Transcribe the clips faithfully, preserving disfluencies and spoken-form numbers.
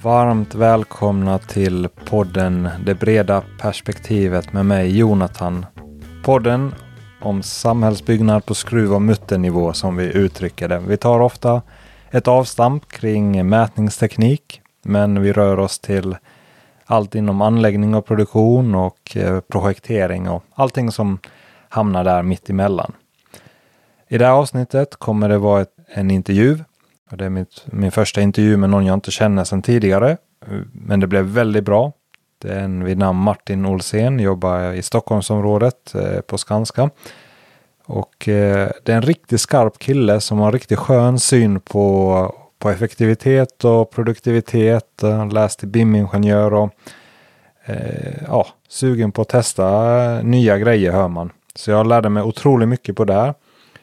Varmt välkomna till podden Det breda perspektivet med mig Jonathan. Podden om samhällsbyggnad på skruv- och mutternivå som vi uttrycker det. Vi tar ofta ett avstamp kring mätningsteknik, men vi rör oss till allt inom anläggning och produktion och projektering och allting som hamnar där mitt emellan. I det här avsnittet kommer det vara ett, en intervju. Det är mitt, min första intervju med någon jag inte känner sedan tidigare. Men det blev väldigt bra. Det är en vid namn Martin Olsén. Jobbar i Stockholmsområdet eh, på Skanska. Och eh, det är en riktigt skarp kille som har en riktigt skön syn på, på effektivitet och produktivitet. Han läst till B I M-ingenjör och eh, ja, sugen på att testa nya grejer hör man. Så jag lärde mig otroligt mycket på det här.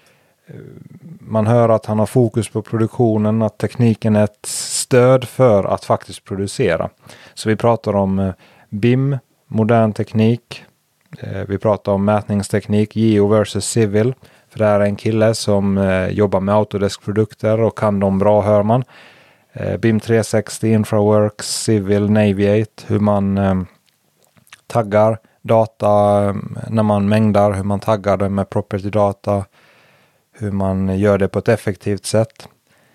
Man hör att han har fokus på produktionen, att tekniken är ett stöd för att faktiskt producera. Så vi pratar om B I M, modern teknik. Vi pratar om mätningsteknik, Geo versus Civil. För det här är en kille som jobbar med Autodesk-produkter och kan dem bra hör man. B I M tre sextio, Infraworks, Civil, Naviate. Hur man taggar data när man mängdar, hur man taggar det med property data. Hur man gör det på ett effektivt sätt.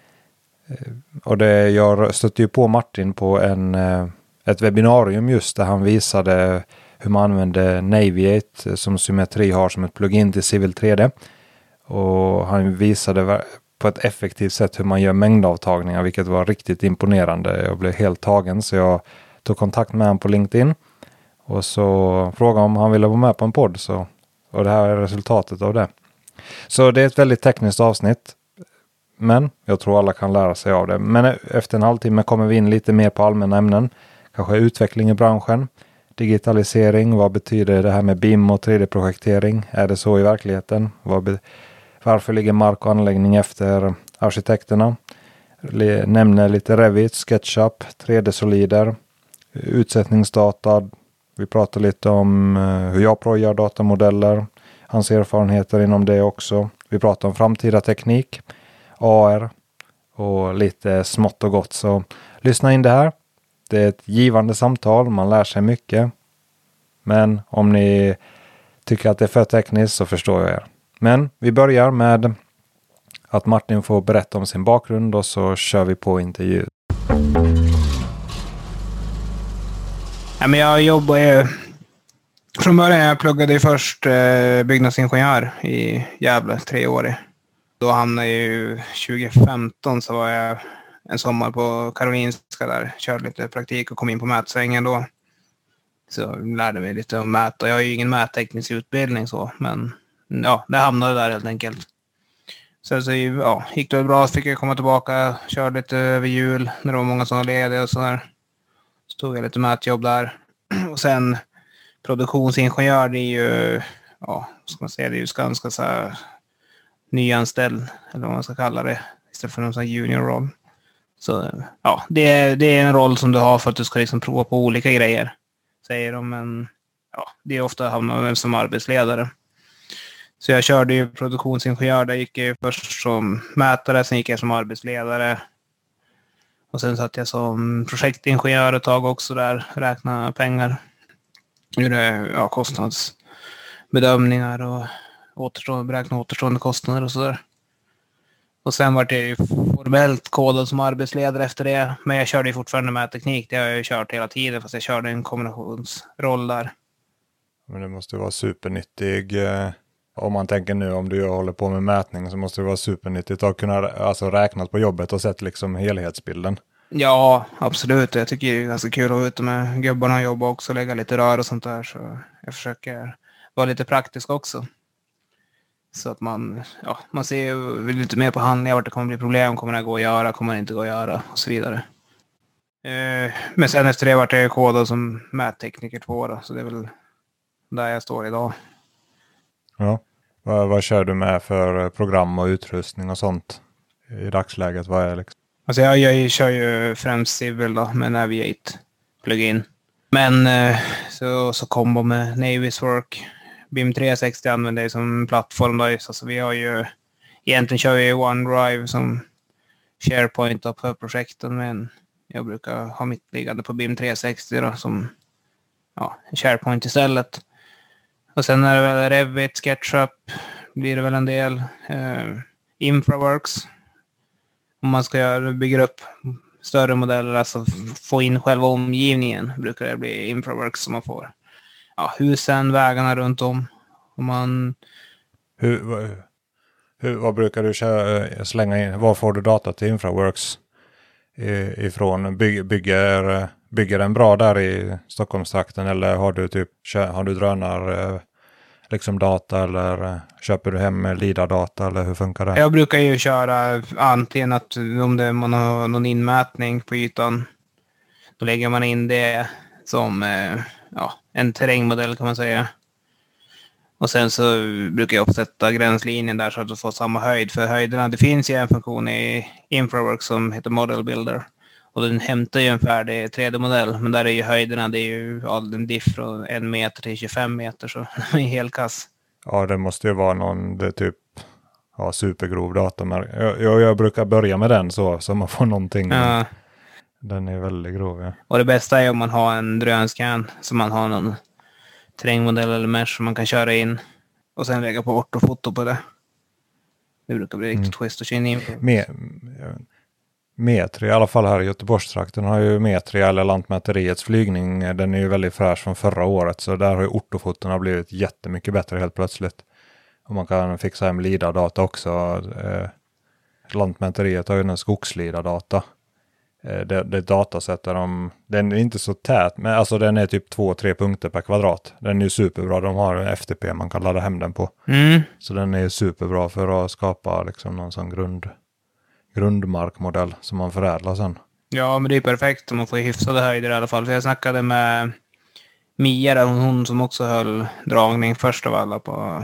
Och det, jag stötte ju på Martin på en, ett webbinarium just där han visade hur man använder Naviate som Symmetri har som ett plugin till Civil tre D. Och han visade på ett effektivt sätt hur man gör mängdavtagningar, vilket var riktigt imponerande. Jag blev helt tagen så jag tog kontakt med honom på LinkedIn. Och så frågade om han ville vara med på en podd. Så, och det här är resultatet av det. Så det är ett väldigt tekniskt avsnitt. Men jag tror alla kan lära sig av det. Men efter en halvtimme kommer vi in lite mer på allmänna ämnen. Kanske utveckling i branschen. Digitalisering. Vad betyder det här med B I M och tre D-projektering? Är det så i verkligheten? Vad be- Varför ligger mark och anläggning efter arkitekterna? Le- nämner lite Revit, SketchUp, tre D-solider. Utsättningsdata. Vi pratar lite om uh, hur jag projar datamodeller. Hans erfarenheter inom det också. Vi pratar om framtida teknik, A R och lite smått och gott. Så lyssna in det här. Det är ett givande samtal. Man lär sig mycket. Men om ni tycker att det är för tekniskt så förstår jag er. Men vi börjar med att Martin får berätta om sin bakgrund och så kör vi på intervju. Ja, men jag jobbar ju... Från början jag pluggade jag först eh, byggnadsingenjör i Gävle, tre år. Då hamnade jag ju tjugo femton så var jag en sommar på Karolinska där. Körde lite praktik och kom in på mätsvängen då. Så jag lärde mig lite om mät. Och jag har ju ingen mätteknisk utbildning så. Men ja, det hamnade där helt enkelt. Sen så ja, gick det bra, så fick jag komma tillbaka. Körde lite över jul när det var många som var lediga och sådär. Så tog jag lite mätjobb där. Och sen... Produktionsingenjör, det är ju, ja, ska man säga, det är ju ganska så här nyanställd, eller vad man ska kalla det, istället för någon sån här junior-roll. Så ja, det är, det är en roll som du har för att du ska liksom prova på olika grejer, säger de, men ja, det är ofta hamnar man som arbetsledare. Så jag körde ju produktionsingenjör, där gick jag först som mätare, sen gick jag som arbetsledare. Och sen satt jag som projektingenjör ett tag också där, räkna pengar. Gjorde ja, kostnadsbedömningar och återstå, beräkna återstående kostnader och sådär. Och sen var det ju formellt kodad som arbetsledare efter det. Men jag körde ju fortfarande med teknik. Det har jag ju kört hela tiden fast jag körde en kombinationsroll där. Men det måste vara supernyttig. Eh, om man tänker nu om du håller på med mätning så måste det vara supernyttigt att kunna alltså, räkna på jobbet och sett liksom helhetsbilden. Ja, absolut. Jag tycker det är ganska kul att vara ute med gubbarna och jobba också. Lägga lite rör och sånt där. Så jag försöker vara lite praktisk också. Så att man, ja, man ser lite mer på handlingar vart det kommer bli problem. Kommer det gå att göra? Kommer det inte gå att göra? Och så vidare. Eh, men sen efter det vart jag kodad som mättekniker två då. Så det är väl där jag står idag. Ja. Vad, vad kör du med för program och utrustning och sånt i dagsläget? Vad är liksom? Alltså jag, jag kör ju främst Civil då, med Naviate plugin. Men eh, så, så kombo med Naviswork. B I M tre sextio använder det som plattform då. Så vi har ju, egentligen kör vi OneDrive som SharePoint för projekten. Men Jag brukar ha mitt liggande på B I M tre sextio då, som ja, SharePoint istället. Och sen är det väl Revit, SketchUp blir det väl en del. Uh, Infraworks. Om man ska göra, bygga upp större modeller, alltså få in själva omgivningen, brukar det bli Infraworks som man får. Ja, husen, vägarna runt om. Om man... Hur, hur, vad brukar du köra, slänga in? Var får du data till Infraworks ifrån? By, bygger, bygger den bra där i Stockholmstrakten, eller har du typ har du drönar liksom data, eller köper du hem Lida-data, eller hur funkar det? Jag brukar ju köra antingen att om det, man har någon inmätning på ytan, då lägger man in det som ja, en terrängmodell kan man säga. Och sen så brukar jag sätta gränslinjen där så att du får samma höjd för höjderna. Det finns ju en funktion i Infraworks som heter Model Builder. Och den hämtar ju en färdig tre D-modell. Men där är ju höjderna, det är ju all en diff från en meter till tjugofem meter. Så det är helt kass. Ja, det måste ju vara någon det typ ja, supergrov data. Jag, jag, jag brukar börja med den så, så man får någonting. Ja. Den är väldigt grov, ja. Och det bästa är om man har en drönscan, så man har någon terrängmodell eller mesh som man kan köra in och sen lägga på ortofoto på det. Det brukar bli riktigt mm. schysst att köra in. Med, Metri, i alla fall här i Göteborgstrakten, har ju Metri eller Lantmäteriets flygning, den är ju väldigt fräsch från förra året, så där har ju ortofotona blivit jättemycket bättre helt plötsligt. Och man kan fixa hem Lida-data också. Eh, Lantmäteriet har ju en skogslida-data. Det, det datasätter de, den är inte så tät, men alltså den är typ två, tre punkter per kvadrat. Den är ju superbra, de har F T P man kan ladda hem den på. Mm. Så den är ju superbra för att skapa liksom någon sån grund, grundmarkmodell som man förädlar sen. Ja, men det är perfekt om man får hyfsade höjder i alla fall. För jag snackade med Mia, hon, hon som också höll dragning först av alla på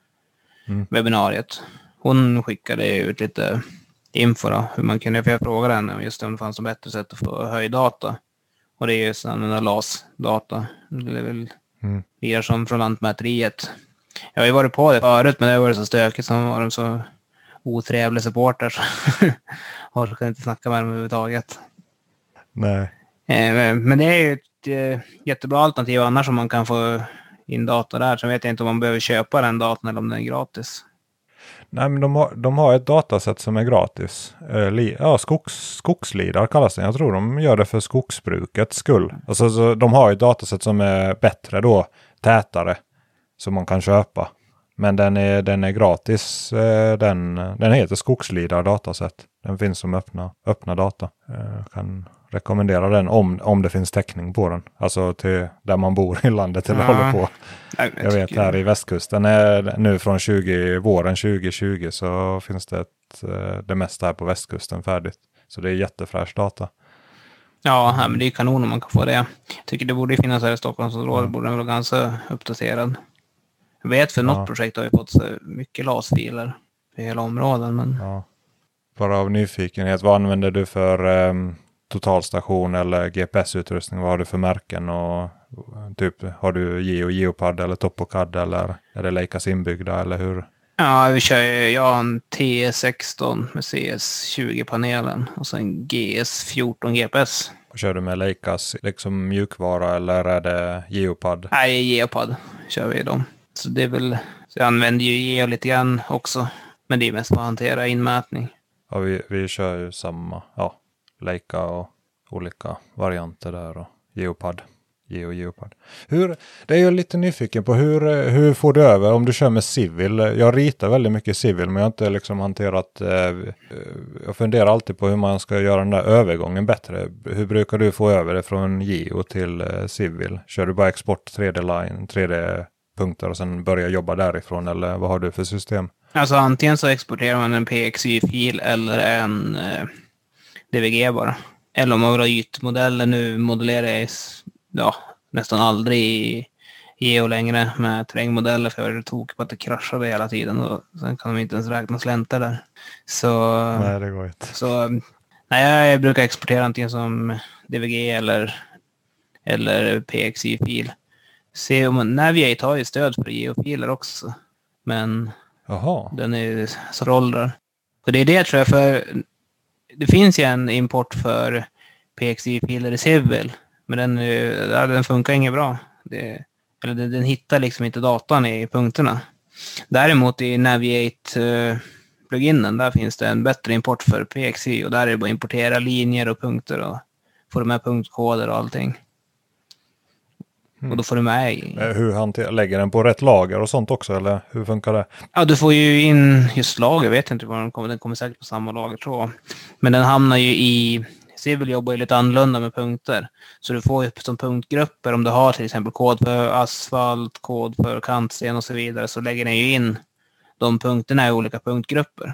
mm. webbinariet. Hon skickade ut lite info då, hur man kunde, för jag frågade henne just om det fanns ett bättre sätt att få höjddata. Och det är just att använda L A S-data. Det är väl mm. mer som från Lantmäteriet. Jag har ju varit på det förut, men det var så stökigt, som var de så otrevliga supporters. Och så kan jag inte snacka med dem överhuvudtaget. Nej. Men det är ju ett jättebra alternativ annars om man kan få in data där. Så vet jag inte om man behöver köpa den datan eller om den är gratis. Nej, men de har, de har ett datasätt som är gratis. Eh, li, ja, skogs, skogslidar kallas det. Jag tror de gör det för skogsbrukets skull. Alltså, så de har ett datasätt som är bättre då, tätare, som man kan köpa. Men den är, den är gratis. Eh, den, den heter skogslidar datasätt. Den finns som öppna, öppna data. Jag kan rekommendera den om, om det finns täckning på den. Alltså till där man bor i landet eller ja. håller på. Jag, jag vet här i västkusten är nu från tjugo, våren tjugo tjugo så finns det ett, det mesta här på västkusten färdigt. Så det är jättefräsch data. Ja, men det är kanon om man kan få det. Jag tycker det borde finnas här i Stockholmsområdet. Mm. Borde den vara ganska uppdaterad. Jag vet för något ja. projekt har vi fått så mycket L A S-filer för hela områden. Men... Ja. Bara av nyfikenhet, vad använder du för um, totalstation eller G P S-utrustning? Vad har du för märken? Och typ, har du Geo, Geopad eller Topocad eller är det Leicas inbyggda eller hur? Ja, vi kör ju, jag har en T S sexton med C S tjugo-panelen och sen G S fjorton G P S. Och kör du med Leicas liksom mjukvara eller är det Geopad? Nej, Geopad kör vi dem. Så det är väl, så jag använder ju Geo lite grann också, men det är mest för att hantera inmätning. Ja, vi, vi kör ju samma, ja, Leica och olika varianter där och Geopad. Geo Geopad. Hur, det är jag lite nyfiken på, hur, hur får du över om du kör med civil? Jag ritar väldigt mycket civil men jag har inte liksom hanterat, eh, jag funderar alltid på hur man ska göra den där övergången bättre. Hur brukar du få över det från Geo till eh, civil? Kör du bara export tre D-line, tre D-punkter och sen börja jobba därifrån eller vad har du för system? Alltså antingen så exporterar man en P X Y-fil eller en eh, D V G bara. Eller om man vill ha ytmodeller, nu modellerar jag ja, nästan aldrig i Geo längre med terrängmodeller för jag är tokig på att det kraschade hela tiden och sen kan de inte ens räkna slänter där. Så, nej, det går inte. Så nej, jag brukar exportera antingen som D V G eller, eller P X Y-fil. Se om man, Naviate har ju stöd för geofiler också, men Aha. den är så roll där. Så det är det tror jag, för det finns ju en import för P X I-filer i Civil. Men den, ja, den funkar inget bra. Det, eller den, den hittar liksom inte datan i punkterna. Däremot i Navigate-pluginen, där finns det en bättre import för P X I. Och där är det bara att importera linjer och punkter och få med punktkoder och allting. Mm. Och då får du med i... Hur hanterar, lägger den på rätt lager och sånt också, eller hur funkar det? Ja, du får ju in just lager, jag vet inte var den kommer, den kommer säkert på samma lager tror jag. Men den hamnar ju i, Civil jobbar ju lite annorlunda med punkter. Så du får ju som punktgrupper, om du har till exempel kod för asfalt, kod för kantsten och så vidare, så lägger den ju in de punkterna i olika punktgrupper.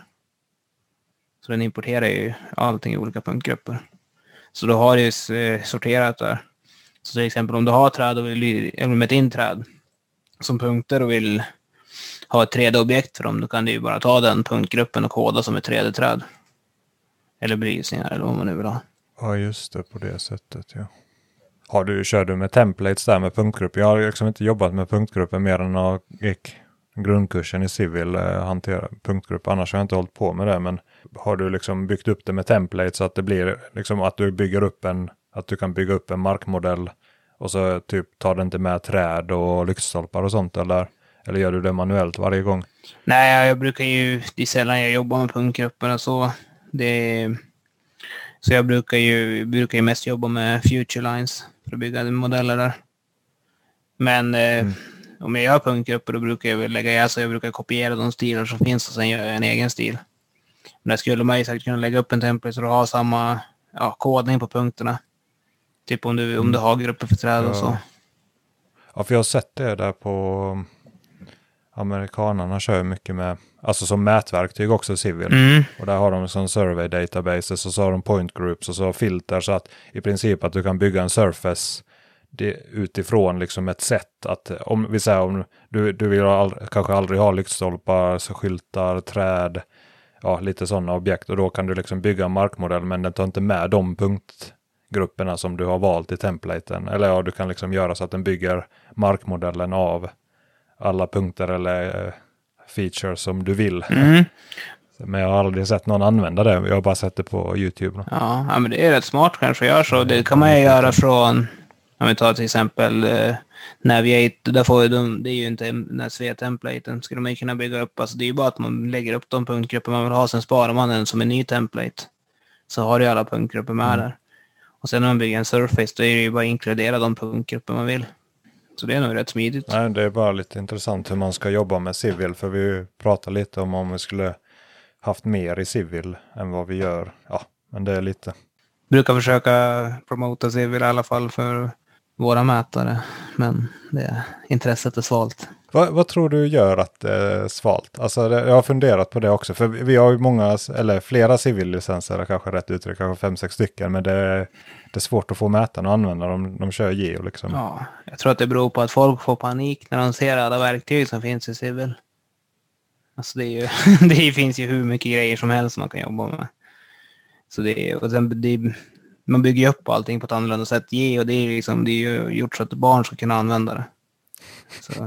Så den importerar ju allting i olika punktgrupper. Så då har du ju sorterat där. Så till exempel om du har träd och vill, eller med ett inträd som punkter och vill ha ett tre D-objekt för dem, då kan du ju bara ta den punktgruppen och koda som ett tre D-träd. Eller belysningar eller vad man nu vill ha. Ja, just det, på det sättet, ja. Har du, kör du med templates där med punktgrupper? Jag har liksom inte jobbat med punktgrupper mer än att gick grundkursen i Civil eh, hantera punktgrupper. Annars har jag inte hållit på med det, men har du liksom byggt upp det med templates så att det blir liksom att du bygger upp en Att du kan bygga upp en markmodell och så typ tar den inte med träd och lyktstolpar och sånt, eller, eller gör du det manuellt varje gång? Nej, jag brukar ju, det är sällan jag jobbar med punktgrupperna så. Det, så jag brukar ju, brukar ju mest jobba med future lines för att bygga modeller där. Men mm. eh, om jag gör punktgrupper då brukar jag väl lägga i, alltså jag brukar kopiera de stilar som finns och sen gör jag en egen stil. Men där skulle man ju säkert kunna lägga upp en template så du har samma ja, kodning på punkterna. Typ om du, om du har grupper för träd och ja. så. Ja, för jag har sett det där på amerikanerna kör mycket med, alltså som mätverktyg också Civil. Mm. Och där har de som survey databases och så har de point groups och så filter så att i princip att du kan bygga en surface det, utifrån liksom ett sätt att om vi säger om du, du vill all, kanske aldrig ha lyktstolpar, så skyltar, träd, ja lite sådana objekt och då kan du liksom bygga en markmodell men den tar inte med de punktgrupperna som du har valt i templaten. Eller ja, du kan liksom göra så att den bygger markmodellen av alla punkter eller uh, features som du vill. Mm. Men jag har aldrig sett någon använda det. Jag har bara sett det på YouTube. Ja, ja men det är rätt smart kanske att göra så. Det kan man ju göra från, om vi tar till exempel uh, Navigate, där får de, det är ju inte den här Sve-templaten, skulle man ju kunna bygga upp. Alltså det är ju bara att man lägger upp de punktgrupper man vill ha, sen sparar man den som en ny template. Så har du alla punktgrupper med mm. där. Och sen när man bygger en surface, då är det ju bara att inkludera de punktgrupper man vill. Så det är nog rätt smidigt. Nej, det är bara lite intressant hur man ska jobba med Civil. För vi pratar lite om om vi skulle haft mer i Civil än vad vi gör. Ja, men det är lite. Brukar försöka promota Civil i alla fall för våra mätare. Men det, intresset är svalt. Vad, vad tror du gör att det är svalt? Alltså det, jag har funderat på det också. För vi har ju många, eller flera Civil-licenser, kanske rätt uttryck, kanske fem, sex stycken. Men det är, det är svårt att få mätarna och använda dem. De kör geo liksom. Ja, jag tror att det beror på att folk får panik när de ser alla verktyg som finns i Civil. Alltså det, är ju, det finns ju hur mycket grejer som helst man kan jobba med. Så det är, och sen, det är, man bygger upp allting på ett annorlunda sätt. Geo, det är, liksom, det är ju gjort så att barn ska kunna använda det. Så,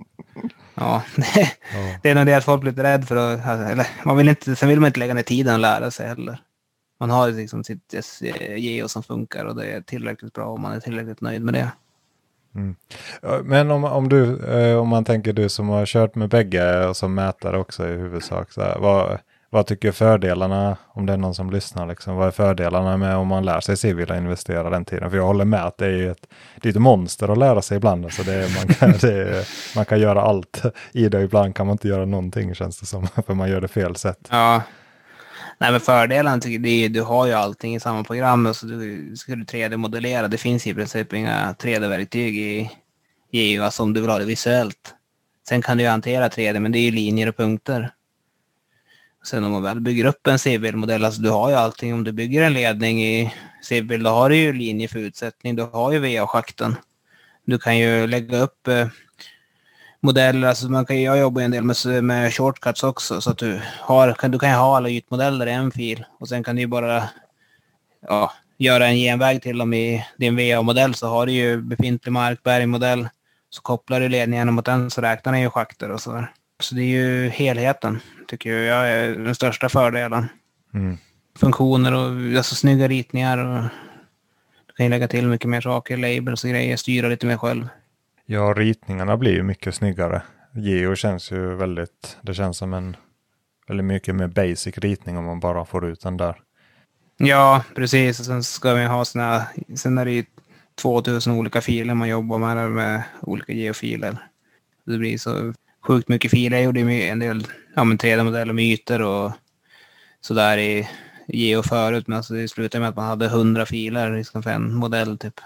ja, det, ja, det är nog det att folk blir lite rädd för att, eller man vill inte, sen vill man inte lägga ner tiden och lära sig heller. Man har liksom sitt geo som funkar och det är tillräckligt bra och man är tillräckligt nöjd med det. Mm. Men om, om du, om man tänker du som har kört med bägge och som mätare också i huvudsak, så här, vad, vad tycker fördelarna, om det är någon som lyssnar liksom, vad är fördelarna med om man lär sig Civil och investera den tiden? För jag håller med att det är ett, det är ett monster att lära sig ibland. Alltså det är, man, kan, det är, man kan göra allt i det, ibland kan man inte göra någonting känns det som, för man gör det fel sätt. Ja, nej men fördelen tycker jag, du har ju allting i samma program och så du ska du tre D-modellera. Det finns i princip inga tre D-verktyg i Geo, alltså om du vill ha det visuellt. Sen kan du ju hantera tre D, men det är ju linjer och punkter. Sen om man väl bygger upp en Civil-modell, alltså du har ju allting. Om du bygger en ledning i Civil, då har du ju linjer för utsättning. Du har ju V A-schakten. Du kan ju lägga upp eh, modeller, alltså man kan, jag jobbar en del med, med shortcuts också. Så att du, har, kan, du kan ju ha alla ytmodeller i en fil. Och sen kan du ju bara ja, göra en genväg till dem i din V A-modell. Så har du ju befintlig markbergmodell. Så kopplar du ledningen mot den så räknar den ju schakter och sådär. Så det är ju helheten, tycker jag är den största fördelen. Mm. Funktioner och alltså snygga ritningar och Du kan ju lägga till mycket mer saker, labels och grejer, styra lite mer själv. Ja, ritningarna blir ju mycket snyggare. Geo känns ju väldigt, det känns som en väldigt mycket mer basic ritning om man bara får ut den där. Ja, precis. Och sen ska vi ha såna, sen är det ju tvåtusen olika filer man jobbar med, med olika geofiler. Det blir så sjukt mycket filer. Jag gjorde ju en del ja, men tre D-modeller med ytor och sådär i geo förut. Men alltså det slutade med att man hade hundra filer liksom för en modell typ.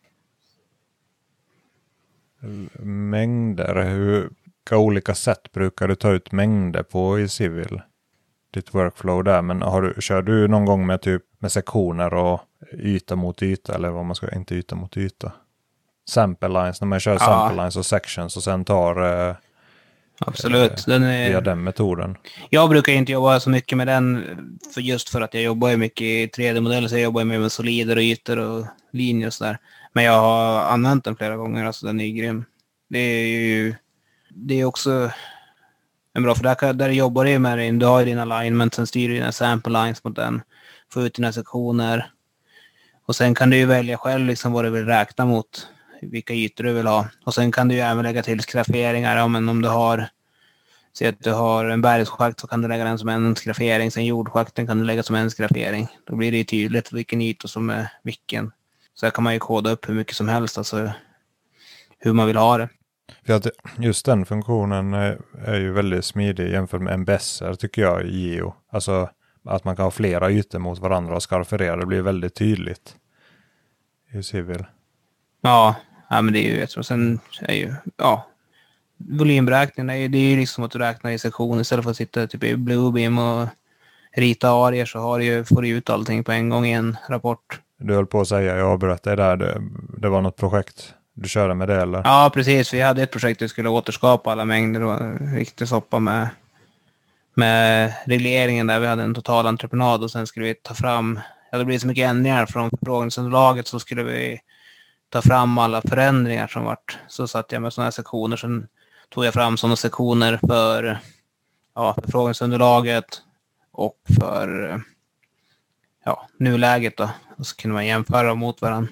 Mängder, hur vilka olika sätt brukar du ta ut mängder på i Civil? Ditt workflow där, men har du, kör du någon gång med typ med sektioner och yta mot yta, eller vad man ska, inte yta mot yta? Sample lines, när man kör ja. sample lines och sections och sen tar eh, absolut. Eh, den är, via den metoden. Jag brukar inte jobba så mycket med den för just för att jag jobbar ju mycket i tre D-modeller, så jag jobbar med, med solider och ytor och linjer och sådär. Men jag har använt den flera gånger, alltså den är grym. Det är ju det är också en bra, för där, där jobbar du med din, du har ju dina alignment, sen styr du dina sample lines mot den, får ut dina sektioner och sen kan du ju välja själv liksom vad du vill räkna mot, vilka ytor du vill ha, och sen kan du ju även lägga till skraferingar. Ja, men om du har, se att du har en bergsschakt så kan du lägga den som en skrafering, sen jordschakten kan du lägga som en skrafering. Då blir det ju tydligt vilken yta som är vilken. Så här kan man ju koda upp hur mycket som helst, alltså hur man vill ha det. För att just den funktionen är, är ju väldigt smidig jämfört med Embesser tycker jag i Geo. Alltså att man kan ha flera ytor mot varandra och skarferera, det blir väldigt tydligt i Civil. Ja, ja men det är ju, jag tror sen är ju, ja, volymberäkningen är ju, det är ju liksom att du räknar i sektion istället för att sitta typ i Bluebeam och rita arier, så har du ju, får du ut allting på en gång i en rapport. Du höll på att säga, jag avbröt dig där, det, det var något projekt. Du körde med det eller? Ja, precis. Vi hade ett projekt där vi skulle återskapa alla mängder och riktigt soppa med, med regleringen där. Vi hade en total entreprenad och sen skulle vi ta fram, ja det blev så mycket ändringar från förfrågningsunderlaget, så skulle vi ta fram alla förändringar som vart. Så satt jag med sådana här sektioner, sen tog jag fram sådana sektioner för ja, förfrågningsunderlaget och för ja, nuläget då. Och så kunde man jämföra mot varandra.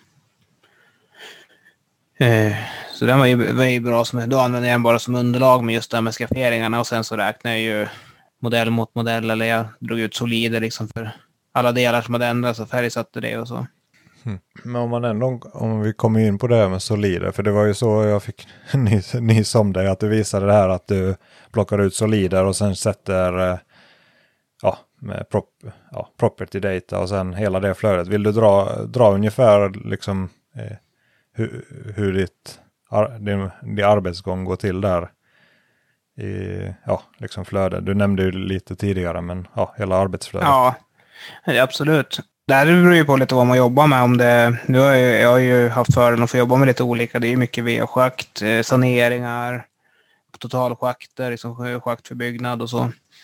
Eh, så den var ju, var ju bra, som, då använde jag den bara som underlag med just det här med skafferingarna, och sen så räknade jag ju modell mot modell, eller jag drog ut solider liksom för alla delar som hade ändrats och färgsatte det och så. Mm. Men om man ändå, om vi kommer in på det här med solider, för det var ju så jag fick nys, nys om dig, att du visade det här att du plockar ut solider och sen sätter ja, med prop, ja, property data och sen hela det flödet. Vill du dra, dra ungefär liksom eh, hur, hur ditt din, din arbetsgång går till där i ja, liksom flöde. Du nämnde ju lite tidigare, men ja, hela arbetsflödet. Ja, absolut. Det här beror ju på lite vad man jobbar med. Om det, nu har jag, jag har ju haft fördelen att få jobba med lite olika. Det är mycket V-schakt, saneringar, totalschakter, liksom schakt för byggnad och så.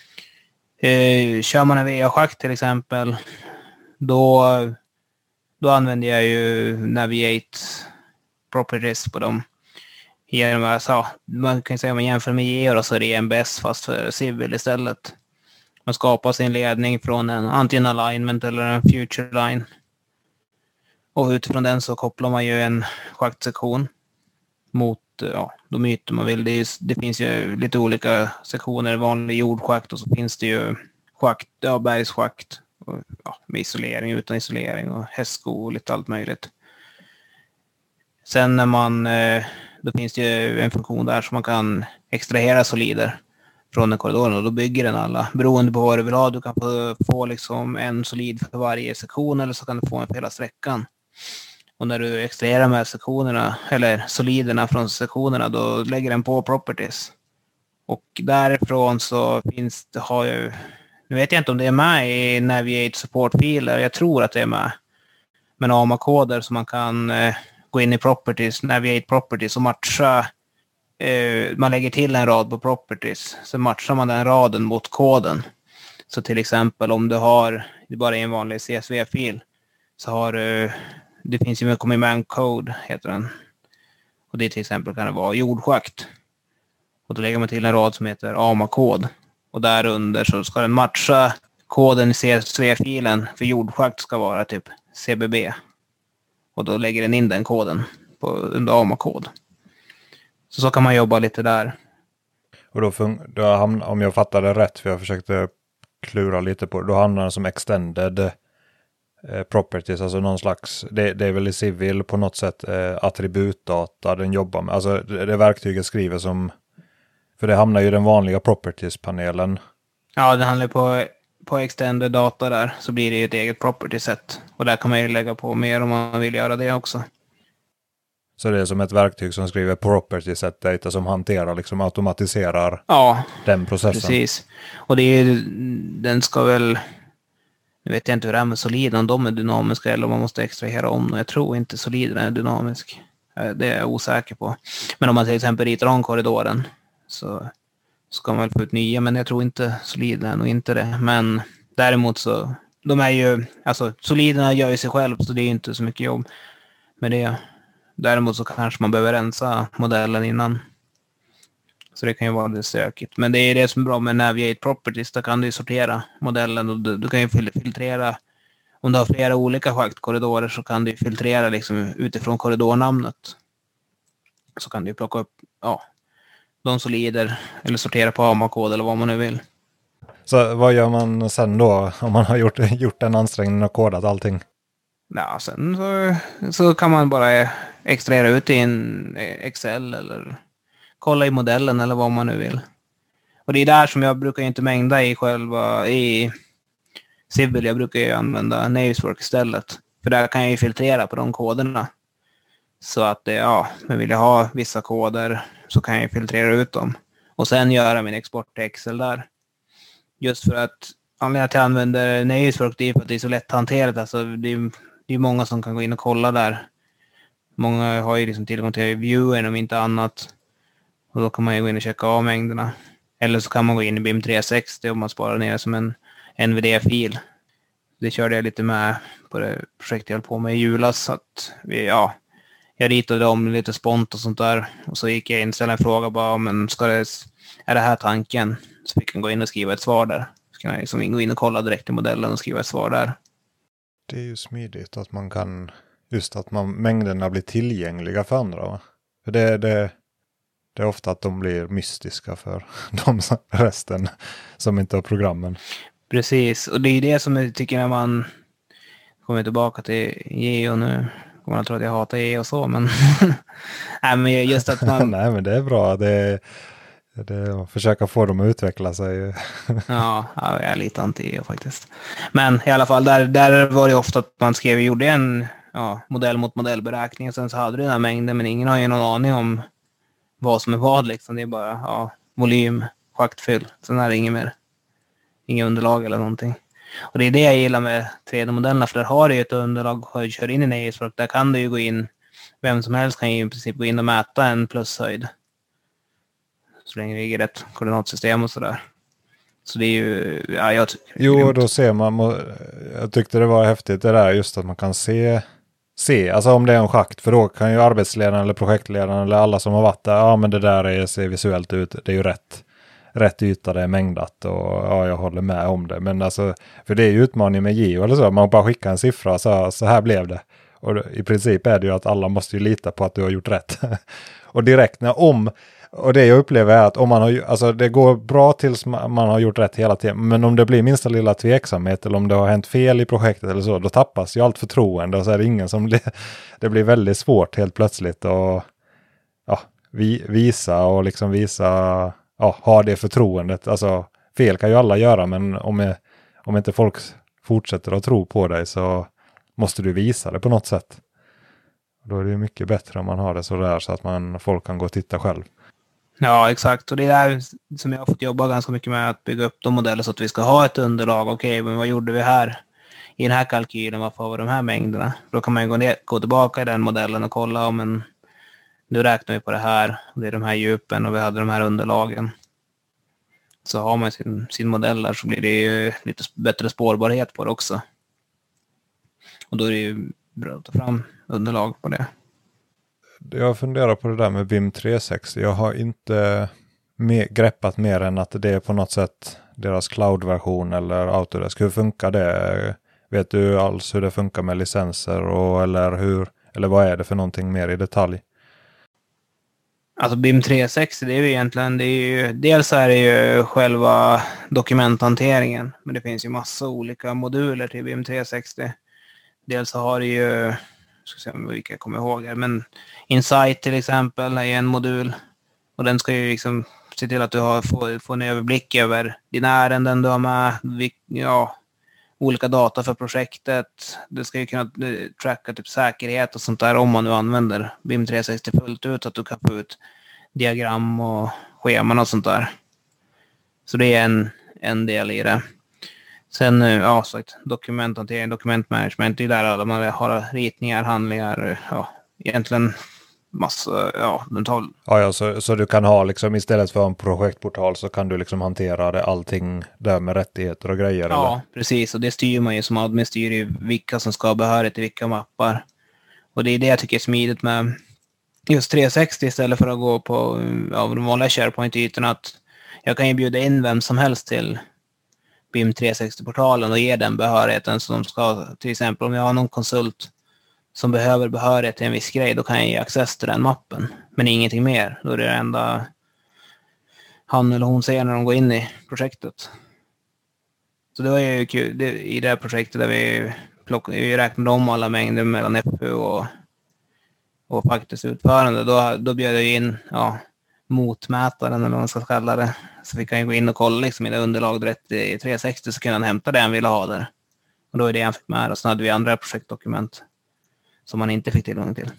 Eh, kör man en V-schakt till exempel, då, då använder jag ju Navigate properties på dem. Genom, alltså, man kan säga om man jämför med Geo så är det M B S fast för Civil istället. Man skapar sin ledning från en antingen alignment eller en future line. Och utifrån den så kopplar man ju en schaktsektion mot ja, de ytor man vill. Det, är, det finns ju lite olika sektioner, vanlig jordschakt och så finns det ju schakt, ja, bergsschakt. Och, ja, med isolering, utan isolering och hästsko och lite allt möjligt. Sen när man, då finns det ju en funktion där som man kan extrahera solider från den korridoren, och då bygger den alla. Beroende på vad du vill ha, du kan få, få liksom en solid för varje sektion, eller så kan du få en för hela sträckan. Och när du extraherar med sektionerna, eller soliderna från sektionerna, då lägger den på properties. Och därifrån så finns det, har jag, nu vet jag inte om det är med i Navigate support-filer, jag tror att det är med. Men A M A-koder som man kan eh, gå in i properties, Navigate properties och matcha. Eh, man lägger till en rad på properties, så matchar man den raden mot koden. Så till exempel om du har, det bara är en vanlig C S V-fil, så har du, det finns ju command code heter den. Och det till exempel kan det vara jordschakt. Och då lägger man till en rad som heter A M A-kod. Och där under så ska den matcha koden i C S V-filen för jordschakt ska vara typ C B B. Och då lägger den in den koden på, under A M A-kod. Så så kan man jobba lite där. Och då, fun- då hamn- om jag fattade rätt, för jag försökte klura lite på det, då hamnar den som extended eh, properties, alltså någon slags, det, det är väl i Civil på något sätt eh, attributdata den jobbar med. Alltså det, det verktyget skriver som, för det hamnar ju i den vanliga properties-panelen. Ja, det handlar på, på extended data där, så blir det ju ett eget property set. Och där kan man ju lägga på mer om man vill göra det också. Så det är som ett verktyg som skriver property set data som hanterar, liksom automatiserar ja, den processen. Precis. Och det är ju, den ska väl, nu vet jag inte hur det är med Solid, om de är dynamiska eller om man måste extrahera om. Jag tror inte Solid är dynamisk. Det är jag osäker på. Men om man till exempel ritar om korridoren så ska man väl få ut nya, men jag tror inte Solid är nog inte det. Men däremot så, de är ju, alltså Soliderna gör ju sig själv, så det är inte så mycket jobb med det. Däremot så kanske man behöver rensa modellen innan. Så det kan ju vara lite stökigt. Men det är det som är bra med Navigate Properties. Där kan du sortera modellen och du, du kan ju filtrera. Om du har flera olika schaktkorridorer så kan du filtrera liksom utifrån korridornamnet. Så kan du plocka upp ja, de solider eller sortera på A M A-kod eller vad man nu vill. Så vad gör man sen då om man har gjort, gjort en ansträngning och kodat allting? Ja, sen så, så kan man bara extrahera ut i en Excel eller kolla i modellen eller vad man nu vill. Och det är där som jag brukar inte mängda i själva i Civil. Jag brukar ju använda Naviswork istället. För där kan jag ju filtrera på de koderna. Så att det, ja, men vill jag ha vissa koder så kan jag filtrera ut dem. Och sen göra min export till Excel där. Just för att anledningen till att jag använder Naviswork, det är för att det är så lätt hanterat. Alltså det är Det är många som kan gå in och kolla där. Många har ju liksom tillgång till viewen om inte annat. Och då kan man ju gå in och checka av mängderna. Eller så kan man gå in i B I M tre sextio om man sparar ner som en N V D-fil. Det körde jag lite med på det projektet jag höll på med i julas. Så att vi, ja, jag ritade om lite spont och sånt där. Och så gick jag in och ställde en fråga bara, men ska det, är det här tanken? Så fick jag gå in och skriva ett svar där. Så kan jag liksom gå in och kolla direkt i modellen och skriva ett svar där. Det är ju smidigt att man kan, just att man, mängderna blir tillgängliga för andra. Va? För det, det, det är ofta att de blir mystiska för de som, resten som inte har programmen. Precis, och det är det som jag tycker när man kommer tillbaka till Geo nu. Kommer man tro att jag hatar Geo och så, men, Nej, men just att man... Nej, men det är bra. Det, det är att försöka få dem att utveckla sig. ja, jag är lite anti-Geo faktiskt. Men i alla fall, där, där var det ofta att man skrev, gjorde en ja, modell mot modellberäkning. Och sen så hade du den här mängden, men ingen har ju någon aning om vad som är vad. Liksom. Det är bara ja, volym, schaktfyll. Sen är det inget mer. Inget underlag eller någonting. Och det är det jag gillar med tre D-modellerna, för där har du ju ett underlag och kör in i Naviswork. Där kan du ju gå in, vem som helst kan ju i princip gå in och mäta en plushöjd. Så länge det ligger ett koordinatsystem och sådär. Så det är ju, ja jag tycker det är Jo, grymt. då ser man, jag tyckte det var häftigt det där just att man kan se, se, alltså om det är en schakt, för då kan ju arbetsledaren eller projektledaren eller alla som har varit där, ja men det där är, ser visuellt ut, det är ju rätt. Rätt yta det är mängdat och ja, jag håller med om det. Men alltså, för det är ju utmaning med Geo eller så. Man bara skickar en siffra och så, så här blev det. Och i princip är det ju att alla måste ju lita på att du har gjort rätt. Och direkt när om, och det jag upplever är att om man har, alltså det går bra tills man har gjort rätt hela tiden. Men om det blir minsta lilla tveksamhet eller om det har hänt fel i projektet eller så, då tappas ju allt förtroende och så är det ingen som, det blir väldigt svårt helt plötsligt att ja, vi, visa och liksom visa... Ja, ha det förtroendet. Alltså, fel kan ju alla göra, men om, om inte folk fortsätter att tro på dig så måste du visa det på något sätt. Då är det mycket bättre om man har det så där så att man, folk kan gå och titta själv. Ja, exakt. Och det är där som jag har fått jobba ganska mycket med, att bygga upp de modeller så att vi ska ha ett underlag. Okej, men vad gjorde vi här i den här kalkylen? Varför har vi de här mängderna? Då kan man ju gå, ner, gå tillbaka i den modellen och kolla om en nu räknar vi på det här, det är de här djupen och vi hade de här underlagen. Så har man sin, sin modell där så blir det ju lite bättre spårbarhet på det också. Och då är det ju bra att ta fram underlag på det. Jag funderar på det där med B I M tre sextio. Jag har inte med, greppat mer än att det är på något sätt deras cloud-version eller Autodesk. Hur funkar det? Vet du alls hur det funkar med licenser och eller hur? Eller vad är det för någonting mer i detalj? Alltså B I M tre sextio, det är ju egentligen, det är ju, dels är det ju själva dokumenthanteringen, men det finns ju massa olika moduler till B I M tre sextio. Dels så har det ju, ska se om vilka jag kommer ihåg här, men Insight till exempel är en modul, och den ska ju liksom se till att du har, får, får en överblick över dina ärenden du har med, ja, olika data för projektet. Du ska ju kunna tracka typ säkerhet och sånt där om man nu använder B I M tre sextio fullt ut, så att du kan få ut diagram och scheman och sånt där. Så det är en, en del i det. Sen, ja, sagt, dokumenthantering, dokumentmanagement, det är där alla man har ritningar, handlingar, ja, egentligen massa, ja, den tar... Ja, ja så, så du kan ha liksom, istället för en projektportal så kan du liksom hantera det, allting där med rättigheter och grejer? Ja, eller? precis, och det styr man ju som admin, styr ju vilka som ska ha behörighet i vilka mappar. Och det är det jag tycker är smidigt med just tre sextio istället för att gå på, ja, de vanliga SharePoint-ytorna, att jag kan ju bjuda in vem som helst till B I M tre sextio-portalen och ge den behörigheten som de ska. Till exempel om jag har någon konsult som behöver behörighet till en viss grej, då kan jag ge access till den mappen. Men ingenting mer. Då är det det enda han eller hon ser när de går in i projektet. Så det var ju kul det, i det här projektet där vi, plockade, vi räknade om alla mängder mellan F U och, och faktiskt utförande. Då, då bjöd jag in, ja, motmätaren eller vad man ska kalla det. Så vi kan ju gå in och kolla liksom i det underlag rätt i tre sextio, så kunde han hämta det han ville ha där. Och då är det han fick med, och så hade vi andra projektdokument som man inte fick tillgång till.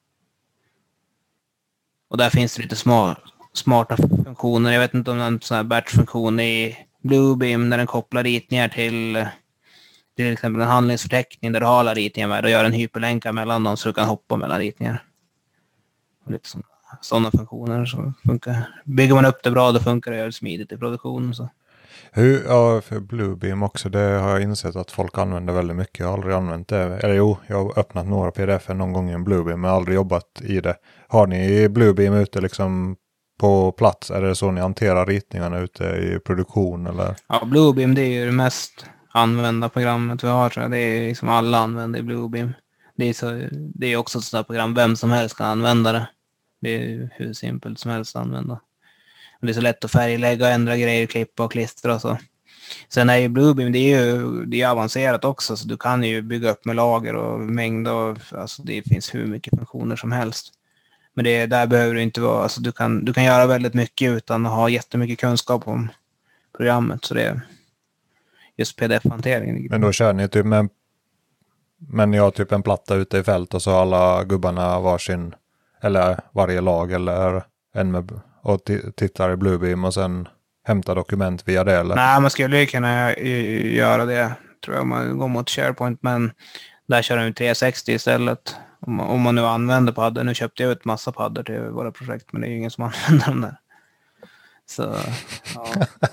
Och där finns det lite smart, smarta funktioner. Jag vet inte om det är en sån här batch-funktion i Bluebeam när den kopplar ritningar till till exempel en handlingsförteckning där du har alla ritningar med och gör en hyperlänka mellan dem så du kan hoppa mellan ritningar. Och lite sådana funktioner så funkar. Bygger man upp det bra, då funkar det smidigt i produktionen. Så. Hur, ja, för Bluebeam också, det har jag insett att folk använder väldigt mycket. Jag har aldrig använt det. Eller jo, jag har öppnat några P D F någon gång i en Bluebeam, men aldrig jobbat i det. Har ni Bluebeam ute liksom på plats? Är det så ni hanterar ritningarna ute i produktion? Eller? Ja, Bluebeam det är ju det mest använda programmet vi har. Så det är liksom alla använder Bluebeam. Det är, så, det är också ett sådant program, vem som helst kan använda det. Det är hur simpelt som helst att använda. Det är så lätt att färglägga, ändra grejer, klippa och klistra och så. Sen är ju Bluebeam, det är ju det är avancerat också, så du kan ju bygga upp med lager och mängder och alltså det finns hur mycket funktioner som helst. Men det där behöver du inte vara, alltså du kan du kan göra väldigt mycket utan att ha jättemycket kunskap om programmet, så det är just P D F-hanteringen. Men då kör ni typ med, men ni har typ en platta ute i fält och så alla gubbarna varsin, eller varje lag eller en med, och t- tittar i Bluebeam och sen hämtar dokument via det eller? Nej, man skulle ju kunna göra det tror jag om man går mot SharePoint, men där kör de tre sextio istället. Om man, om man nu använder paddor. Nu köpte jag ut massa paddor till våra projekt, men det är ju ingen som använder dem där. Så, ja.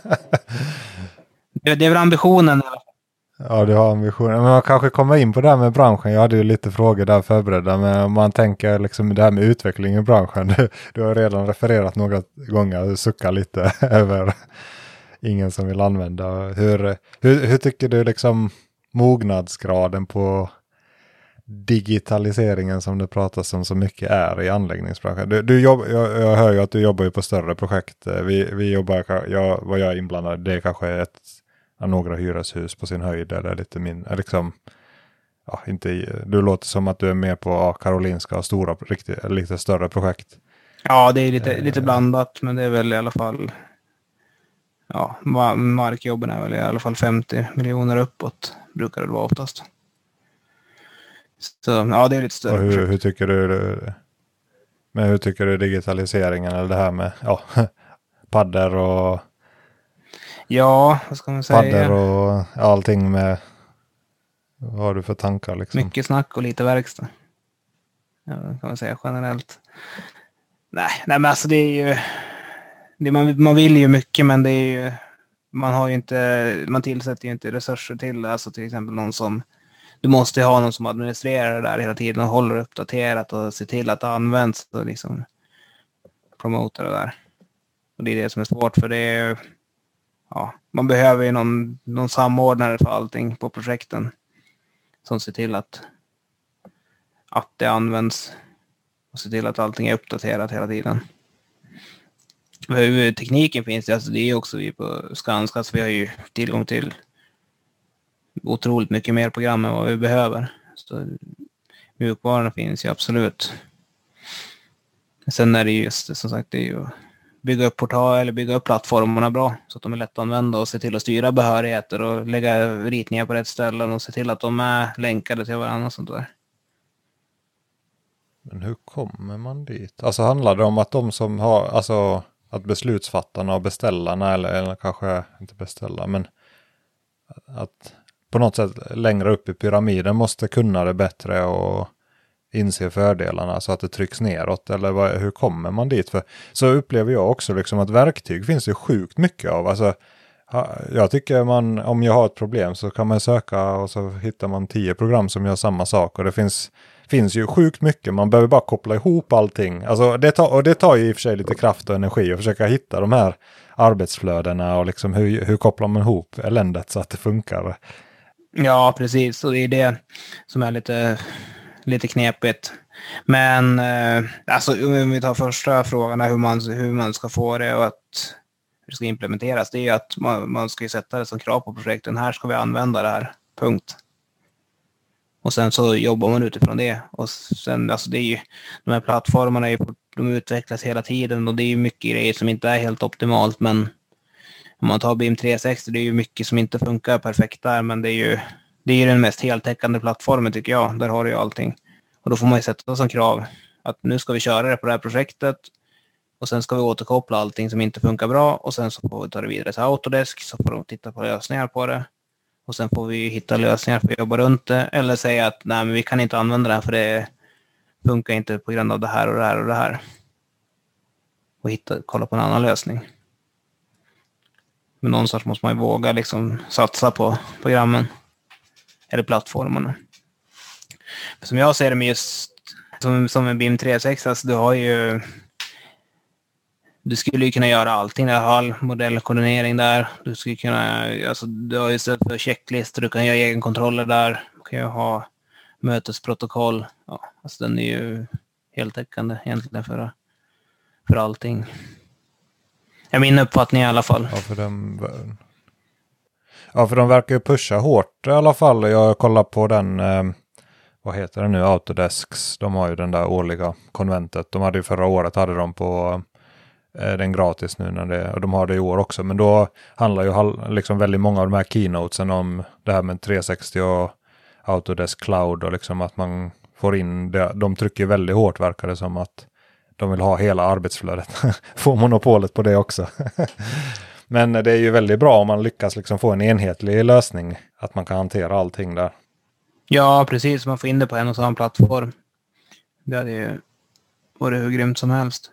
det, det är väl ambitionen. Ja, du har ambitionen. Men man kanske kommer in på det här med branschen. Jag hade ju lite frågor där förberedda. Men om man tänker liksom det här med utveckling i branschen. Du, du har redan refererat några gånger och suckar lite över ingen som vill använda. Hur, hur, hur tycker du liksom mognadsgraden på digitaliseringen som det pratas om så mycket är i anläggningsbranschen? Du, du jobb, jag, jag hör ju att du jobbar ju på större projekt. Vi, vi jobbar, jag, vad jag är inblandad, det är kanske ett några hyreshus på sin höjd eller lite min, liksom, ja, inte, du låter som att du är med på ja, Karolinska och stora, riktigt, lite större projekt. Ja, det är lite, eh. lite blandat, men det är väl i alla fall, ja, markjobben är väl i alla fall femtio miljoner uppåt, brukar det vara oftast. Så ja, det är lite större. Och hur, hur tycker du, men hur tycker du digitaliseringen eller det här med, ja, paddor och ja, vad ska man säga? Paddor och allting med, vad har du för tankar liksom? Mycket snack och lite verkstad. Ja, kan man säga generellt. Nej, nej men alltså det är ju, det, man, man vill ju mycket, men det är ju, man har ju inte, man tillsätter ju inte resurser till, alltså till exempel någon som, du måste ha någon som administrerar det där hela tiden och håller uppdaterat och ser till att det används och liksom promotar det där. Och det är det som är svårt, för det är, ja, man behöver ju någon, någon samordnare för allting på projekten som ser till att att det används och se till att allting är uppdaterat hela tiden. Hur tekniken finns det, alltså det är också vi på Skanska, så vi har ju tillgång till otroligt mycket mer program än vad vi behöver. Så mjukvaran finns ju absolut. Sen är det just det, som sagt, det är ju bygga upp portal eller bygga upp plattformarna bra så att de är lätt att använda och se till att styra behörigheter och lägga ritningar på rätt ställen och se till att de är länkade till varandra och sånt där. Men hur kommer man dit? Alltså handlar det om att de som har, alltså att beslutsfattarna och beställarna, eller, eller kanske inte beställa, men att på något sätt längre upp i pyramiden måste kunna det bättre och inse fördelarna så att det trycks neråt, eller vad, hur kommer man dit? För så upplever jag också liksom att verktyg finns det sjukt mycket av. Alltså, jag tycker man, om jag har ett problem så kan man söka och så hittar man tio program som gör samma sak, och det finns finns ju sjukt mycket. Man behöver bara koppla ihop allting. Alltså det tar, och det tar ju i och för sig lite kraft och energi att försöka hitta de här arbetsflödena och liksom hur, hur kopplar man ihop eländet så att det funkar. Ja, precis. Och det är det som är lite, lite knepigt. Men eh, alltså, om vi tar första frågan, hur man, hur man ska få det och att hur det ska implementeras, det är ju att man, man ska ju sätta det som krav på projekten. Här ska vi använda det här. Punkt. Och sen så jobbar man utifrån det. Och sen, alltså det är ju, de här plattformarna är ju, de utvecklas hela tiden och det är ju mycket grejer som inte är helt optimalt, men om man tar B I M tre sextio, det är ju mycket som inte funkar perfekt där, men det är ju, det är ju den mest heltäckande plattformen tycker jag. Där har du ju allting. Och då får man ju sätta som krav att nu ska vi köra det på det här projektet och sen ska vi återkoppla allting som inte funkar bra och sen så får vi ta det vidare till Autodesk, så får de titta på lösningar på det. Och sen får vi hitta lösningar för att jobba runt det. Eller säga att nej, men vi kan inte använda det här för det funkar inte på grund av det här och det här och det här. Och hitta, kolla på en annan lösning. Men någonstans måste man ju våga liksom satsa på programmen. Eller plattformarna. För som jag ser det med just som, som en B I M tre sextio, alltså du har ju du skulle ju kunna göra allting. Du har all modellkoordinering där. Du skulle kunna, alltså du har ju istället för checklistor, du kan göra egenkontroller där. Du kan ju ha mötesprotokoll. Ja, alltså den är ju heltäckande egentligen för, för allting. Det är min uppfattning i alla fall. Ja, för de, ja, för de verkar ju pusha hårt i alla fall. Jag kollar på den, eh, vad heter det nu, Autodesks. De har ju den där årliga konventet. De hade ju förra året, hade de på den gratis nu när det, och de har det i år också, men då handlar ju liksom väldigt många av de här keynotesen om det här med tre sextio och Autodesk Cloud och liksom att man får in det, de trycker väldigt hårt, verkar det som, att de vill ha hela arbetsflödet, få monopolet på det också. Men det är ju väldigt bra om man lyckas liksom få en enhetlig lösning, att man kan hantera allting där. Ja, precis, man får in det på en och samma plattform. Det hade ju varit hur grymt som helst.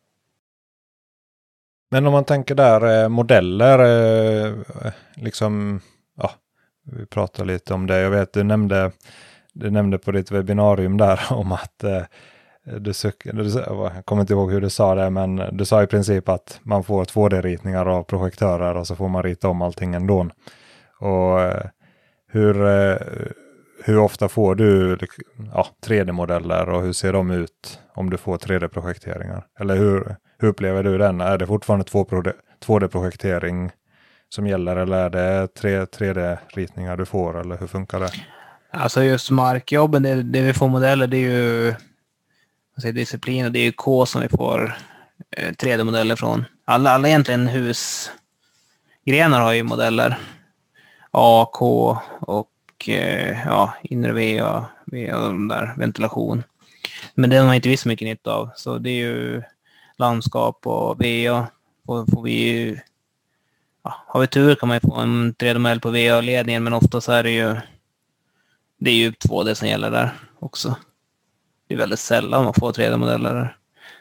Men om man tänker där eh, modeller, eh, liksom, ja, vi pratar lite om det. Jag vet, du nämnde, du nämnde på ditt webbinarium där om att eh, du, du, jag kommer inte ihåg hur du sa det, men du sa i princip att man får två D-ritningar av projektörer och så får man rita om allting ändå. Och eh, hur, eh, hur ofta får du ja, tre D-modeller och hur ser de ut om du får tre D-projekteringar? Eller hur... Hur upplever du den? Är det fortfarande två D-projektering som gäller, eller är det tre D-ritningar du får, eller hur funkar det? Alltså just markjobben, det, det vi får modeller, det är ju alltså disciplin och det är ju K som vi får eh, tre D-modeller från. Alla, alla egentligen husgrenar har ju modeller. A, K och eh, ja, inre V och, v och de där ventilation. Men det har man inte visst mycket nytta av, så det är ju landskap och V A får, får vi ju, ja, har vi tur kan man ju få en tre D-modell på V A-ledningen, men ofta så är det ju det är ju två D som gäller där också. Det är väldigt sällan man får tre D-modeller där.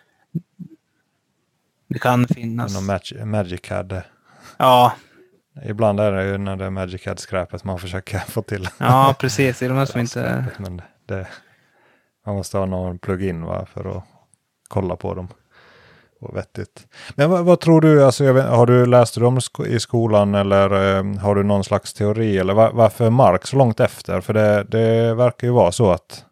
Det kan finnas. Magic, Magicad. Ja. Ibland är det ju när det är Magicad-skräpet man försöker få till. Ja, precis. Det är de här som inte... Men det, man måste ha någon plugin, va, för att kolla på dem. Och vettigt. Men vad, vad tror du, alltså, jag vet, har du läst dem i skolan eller eh, har du någon slags teori, eller var, varför är Mark så långt efter? För det, det verkar ju vara så att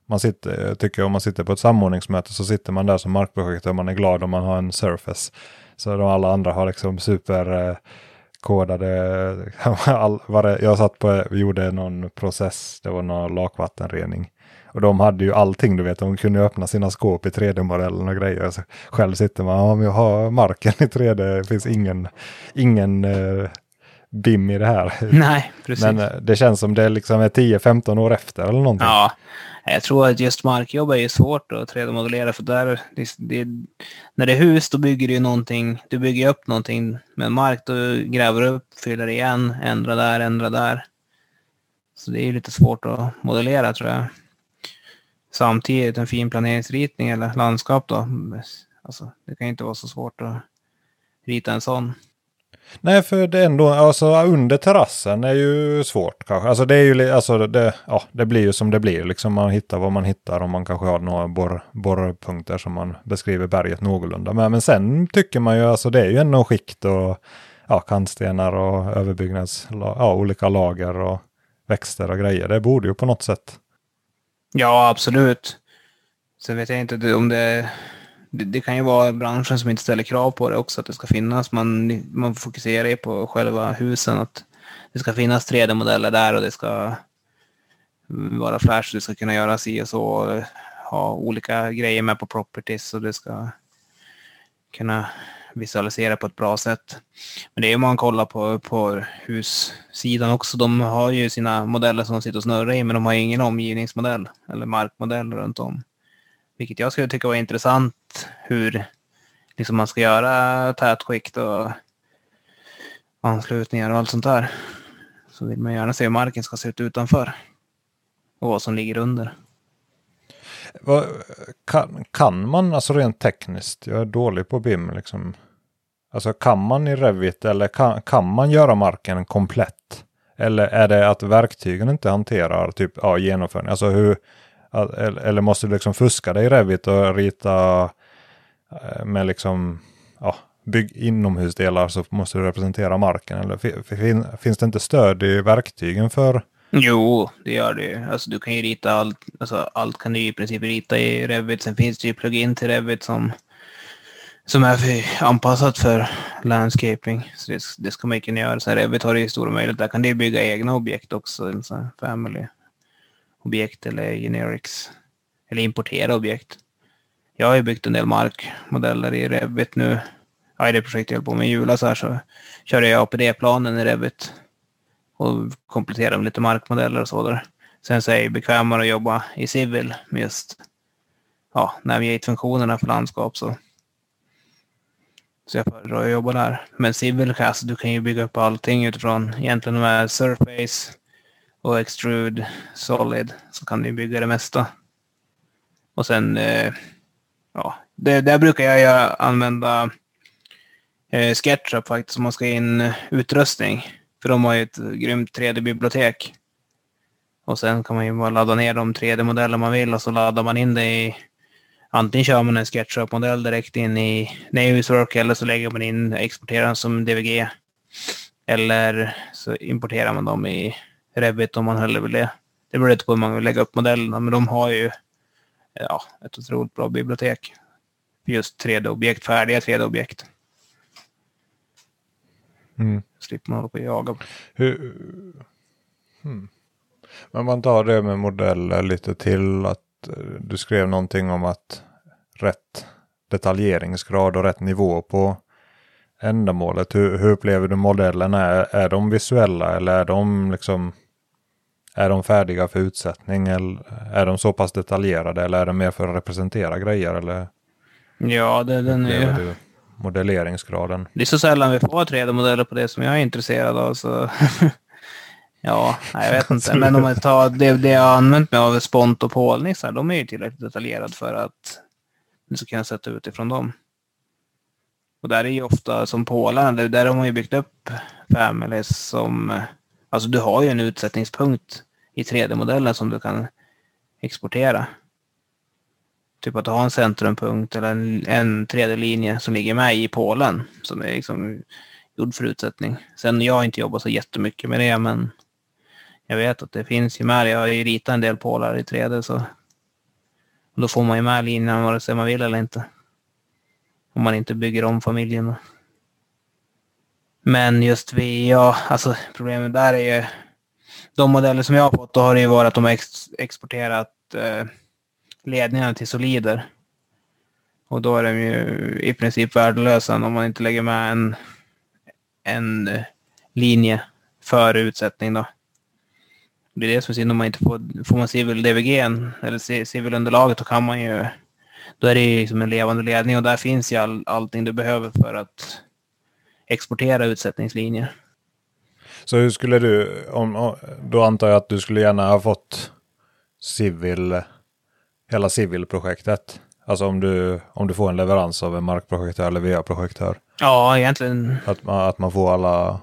Man sitter, jag tycker om man sitter på ett samordningsmöte så sitter man där som markprojektör och man är glad om man har en surface. Så de alla andra har liksom super eh, kodade, all, var det, jag satt på, vi gjorde någon process, det var någon lakvattenrening. Och de hade ju allting, du vet, de kunde öppna sina skåp i tre D-modellen och grejer. Så själv sitter man, ja men jag har marken i tre D, det finns ingen, ingen eh, B I M i det här. Nej, precis. Men eh, det känns som det liksom är tio femton år efter eller någonting. Ja, jag tror att just markjobb är ju svårt att tre D-modellera för där, det, det, när det är hus då bygger du ju någonting, du bygger upp någonting med mark, då gräver du upp, fyller igen, ändra där, ändra där. Så det är ju lite svårt att modellera tror jag. Samtidigt en fin planeringsritning eller landskap då, alltså det kan ju inte vara så svårt att rita en sån. Nej, för det är ändå, alltså under terrassen är ju svårt kanske. Alltså det är ju, alltså det, ja, det blir ju som det blir. Liksom man hittar vad man hittar och man kanske har några borr, borrpunkter som man beskriver berget någorlunda. Men, men sen tycker man ju, alltså det är ju ändå skikt och ja, kantstenar och överbyggnads, ja, olika lager och växter och grejer. Det borde ju på något sätt. Ja, absolut. Sen vet jag inte om det Det, det kan ju vara branschen som inte ställer krav på det också, att det ska finnas. Man, man fokuserar ju på själva husen, att det ska finnas tre D-modeller där och det ska vara flash, det ska kunna göra si och så, och ha olika grejer med på properties och det ska kunna visualisera på ett bra sätt. Men det är ju man kollar på, på hussidan också, de har ju sina modeller som de sitter och snurrar i, men de har ingen omgivningsmodell eller markmodell runt om. Vilket jag skulle tycka var intressant, hur liksom man ska göra tätskikt och anslutningar och allt sånt där. Så vill man gärna se hur marken ska se ut utanför och vad som ligger under. Kan, kan man, alltså rent tekniskt, jag är dålig på B I M liksom. Alltså kan man i Revit eller kan, kan man göra marken komplett? Eller är det att verktygen inte hanterar typ ja, genomförning? Alltså hur, eller måste du liksom fuska dig i Revit och rita med liksom ja, bygg inomhusdelar så måste du representera marken? Eller fin, finns det inte stöd i verktygen för? Jo, det gör det ju. Alltså du kan ju rita allt, alltså allt kan du i princip rita i Revit. Sen finns det ju plugin till Revit som som är för, anpassat för landscaping. Så det, det ska man kunna göra. Sen Revit har det ju stora möjligheter. Där kan du bygga egna objekt också. En sån family objekt eller generics. Eller importera objekt. Jag har ju byggt en del markmodeller i Revit nu. Ja, i det projektet jag höll på med i julas här så körde jag A P D-planen i Revit. Och kompletterade med lite markmodeller och så där. Sen så är det bekvämare att jobba i Civil med just ja, navigate-funktionerna för landskap så. Så jag föredrar att jobba där. Men Civil, alltså, du kan ju bygga upp allting utifrån egentligen med Surface och Extrude Solid så kan du bygga det mesta. Och sen eh, ja, det, där brukar jag göra, använda eh, SketchUp faktiskt om man ska in utrustning. För de har ju ett grymt tre D-bibliotek. Och sen kan man ju bara ladda ner de tre D-modeller man vill och så laddar man in det i antingen kör man en SketchUp-modell direkt in i Naviswork eller så lägger man in exporterar den som D V G. Eller så importerar man dem i Revit om man hellre vill det. Det beror lite på hur man vill lägga upp modellerna, men de har ju ja, ett otroligt bra bibliotek. Just tre D-objekt, färdiga tre D-objekt. Mm. Slipper man hålla på och jaga. Hur... Hmm. Men man tar det med modeller lite till att du skrev någonting om att rätt detaljeringsgrad och rätt nivå på ändamålet. Hur, hur upplever du modellerna? Är, är de visuella eller är de liksom är de färdiga för utsättning eller är de så pass detaljerade eller är de mer för att representera grejer eller? Ja, det, den är ju modelleringsgraden. Det är så sällan vi får tre D-modeller på det som jag är intresserad av så ja, jag vet inte. Men om man tar det, det jag har använt mig av spont och pålnissar, de är ju tillräckligt detaljerade för att du ska kunna sätta ut ifrån dem. Och där är ju ofta som pålarna, där har man ju byggt upp families som, alltså du har ju en utsättningspunkt i tre D-modellen som du kan exportera. Typ att du har en centrumpunkt eller en, en tre D-linje som ligger med i pålen som är liksom gjord för utsättning. Sen jag har inte jobbat så jättemycket med det, men jag vet att det finns ju med. Jag har ju ritat en del pålar i tre D så Och då får man ju med linjen vare sig man vill eller inte. Om man inte bygger om familjen. Men just vi, ja, alltså problemet där är ju de modeller som jag har fått, då har det ju varit att de har ex- exporterat eh, ledningarna till solider. Och då är de ju i princip värdelösa om man inte lägger med en, en linje för utsättning då. Det är det som är synd om man inte får, får man civil D V G eller civil underlaget, då kan man ju, då är det ju liksom en levande ledning och där finns ju all, allting du behöver för att exportera utsättningslinjer. Så hur skulle du, om, då antar jag att du skulle gärna ha fått civil, hela civil-projektet. Alltså om du, om du får en leverans av en markprojektör eller V A-projektör. Ja, egentligen. Att man, att man får alla...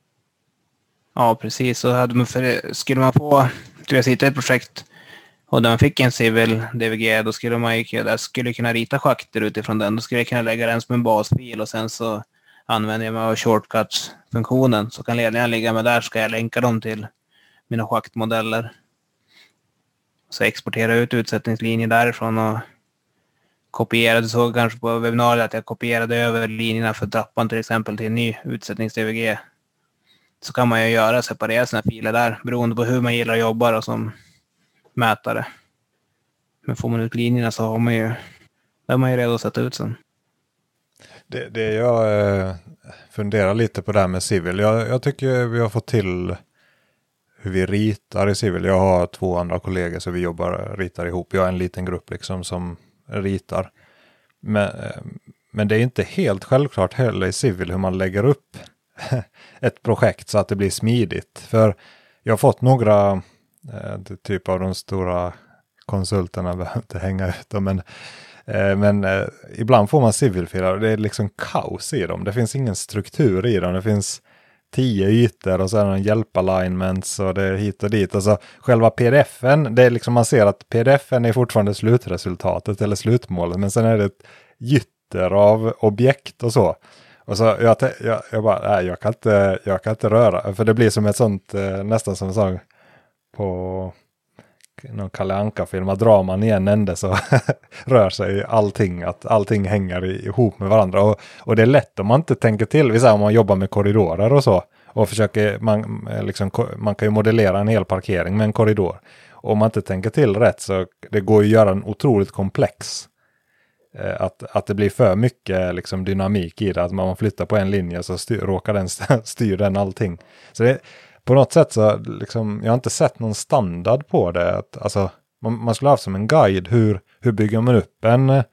Ja, precis. Så hade man för, skulle man få, skulle jag sitta i ett projekt och när man fick en civil D V G, då skulle man ju där skulle kunna rita schakter utifrån den. Då skulle jag kunna lägga den som en basfil och sen så använder jag mig av shortcuts-funktionen. Så kan ledningen ligga med där, så ska jag länka dem till mina schaktmodeller. Så exportera ut utsättningslinjer därifrån och kopierade, så kanske på webbinariet att jag kopierade över linjerna för trappan till exempel till en ny utsättnings-D V G. Så kan man ju göra separera sina filer där beroende på hur man gillar att jobba och som mätare. Men får man ut linjerna så har man ju, där är man ju redo att sätta ut sen. Det, det jag eh, funderar lite på det här med civil. Jag, jag tycker vi har fått till hur vi ritar i civil. Jag har två andra kollegor så vi jobbar, ritar ihop. Jag är en liten grupp liksom som ritar. Men, eh, men det är inte helt självklart heller i civil hur man lägger upp ett projekt så att det blir smidigt. För jag har fått några eh, typ av de stora konsulterna, behöver inte hänga ut dem, men Men eh, ibland får man civilfiler och det är liksom kaos i dem. Det finns ingen struktur i dem. Det finns tio ytor och så är det en hjälpalignments och det är hit och dit. Alltså själva P D F-en, det är liksom man ser att P D F-en är fortfarande slutresultatet eller slutmålet. Men sen är det ett gytter av objekt och så. Och så jag, jag, jag bara, nej jag kan inte, jag kan inte röra. För det blir som ett sånt, eh, nästan som en sån på... någon Kalle Anka-film, att drar man i en ände så rör sig allting, att allting hänger ihop med varandra och, och det är lätt om man inte tänker till, vi säger om man jobbar med korridorer och så och försöker, man, liksom, man kan ju modellera en hel parkering med en korridor och om man inte tänker till rätt så det går ju att göra en otroligt komplex eh, att, att det blir för mycket liksom, dynamik i det, att man flyttar på en linje så styr, råkar den styr den allting, så det på något sätt så liksom, jag har inte sett någon standard på det. Att, alltså, man, man skulle ha haft som en guide hur, hur bygger man upp en,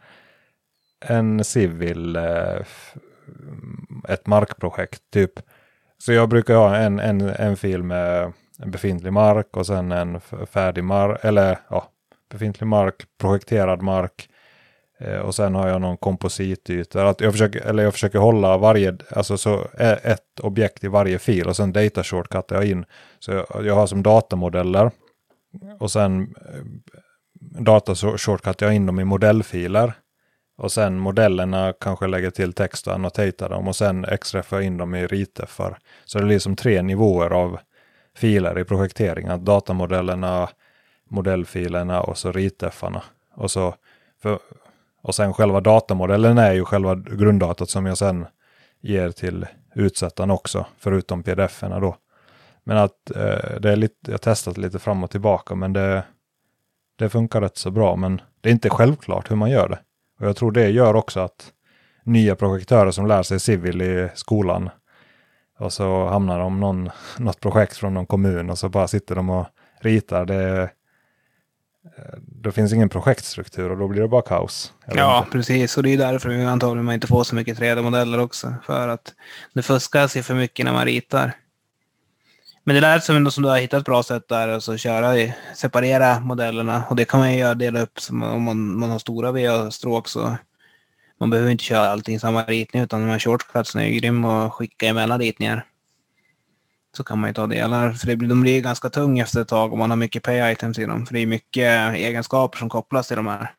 en civil, eh, ett markprojekt typ. Så jag brukar ha en, en, en fil med en befintlig mark och sen en färdig mark, eller ja, befintlig mark, projekterad mark. Och sen har jag någon kompositytor. Att jag försöker, eller jag försöker hålla varje, alltså så ett objekt i varje fil och sen data shortcutar jag in. Så jag, jag har som datamodeller och sen data shortcutar jag in dem i modellfiler. Och sen modellerna kanske lägger till text och annotatar dem och sen xrefar in dem i riteffar. Så det blir som tre nivåer av filer i projekteringen. Datamodellerna, modellfilerna och så riteffarna. Och så för Och sen själva datamodellen är ju själva grunddatat som jag sen ger till utsättaren också, förutom P D F-erna då. Men att eh, det är lite, jag har testat lite fram och tillbaka, men det, det funkar rätt så bra. Men det är inte självklart hur man gör det. Och jag tror det gör också att nya projektörer som lär sig civil i skolan och så hamnar de någon, något projekt från någon kommun och så bara sitter de och ritar. Det Då finns ingen projektstruktur och då blir det bara kaos. Ja, inte? Precis. Och det är därför antagligen man inte får så mycket tre D-modeller också. För att det fuskas ju för mycket när man ritar. Men det där som, som du har hittat ett bra sätt där, alltså köra, separera modellerna. Och det kan man ju göra, dela upp som om man, man har stora V A-stråk så man behöver inte köra allting i samma ritning, utan de här shortcutsen är ju grym att skicka emellan ritningar. Så kan man ju ta delar, för det blir, de blir ganska tunga efter ett tag om man har mycket pay items i dem. För det är mycket egenskaper som kopplas till de här.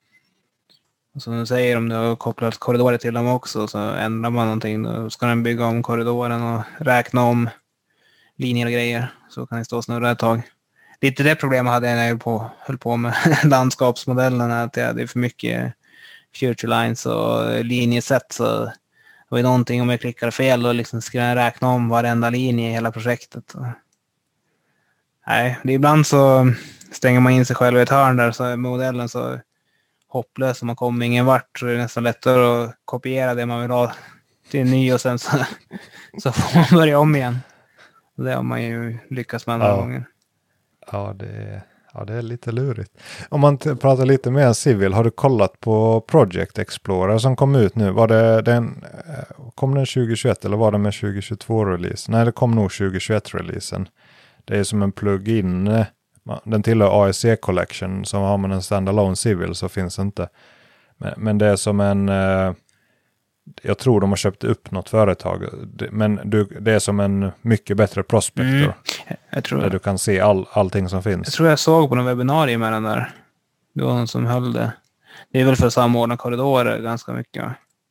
Och som du säger, om du har kopplat korridorer till dem också så ändrar man någonting. Då ska den bygga om korridoren och räkna om linjer och grejer. Så kan det stå och snurra ett tag. lite det problemet hade jag när jag höll på, höll på med landskapsmodellerna, att jag hade för mycket future lines och linjesätt, så det var ju någonting om jag klickade fel och liksom skulle jag räkna om varenda linje i hela projektet. Nej, det är ibland så stänger man in sig själv i ett hörn där, så är modellen så hopplös och man kommer ingen vart, så är det nästan lättare att kopiera det man vill ha till en ny och sen så, så får man börja om igen. Det har man ju lyckats med andra ja. gånger. Ja det, är, ja, det är lite lurigt. Om man t- pratar lite mer civil, har du kollat på Project Explorer som kom ut nu? Var det den, kom den tjugohundratjugoett eller var det med tjugohundratjugotvå-release? Nej, det kom nog tjugohundratjugoett-releasen. Det är som en plugin. Den tillhör A S C Collection, så har man en standalone civil så finns det inte. Men, men det är som en... Jag tror de har köpt upp något företag. Men du, det är som en mycket bättre prospector. Mm, jag tror där du kan se all, allting som finns. Jag tror jag såg på någon webbinarie med den där. Det var någon som höll det. Det är väl för att samordna korridorer ganska mycket.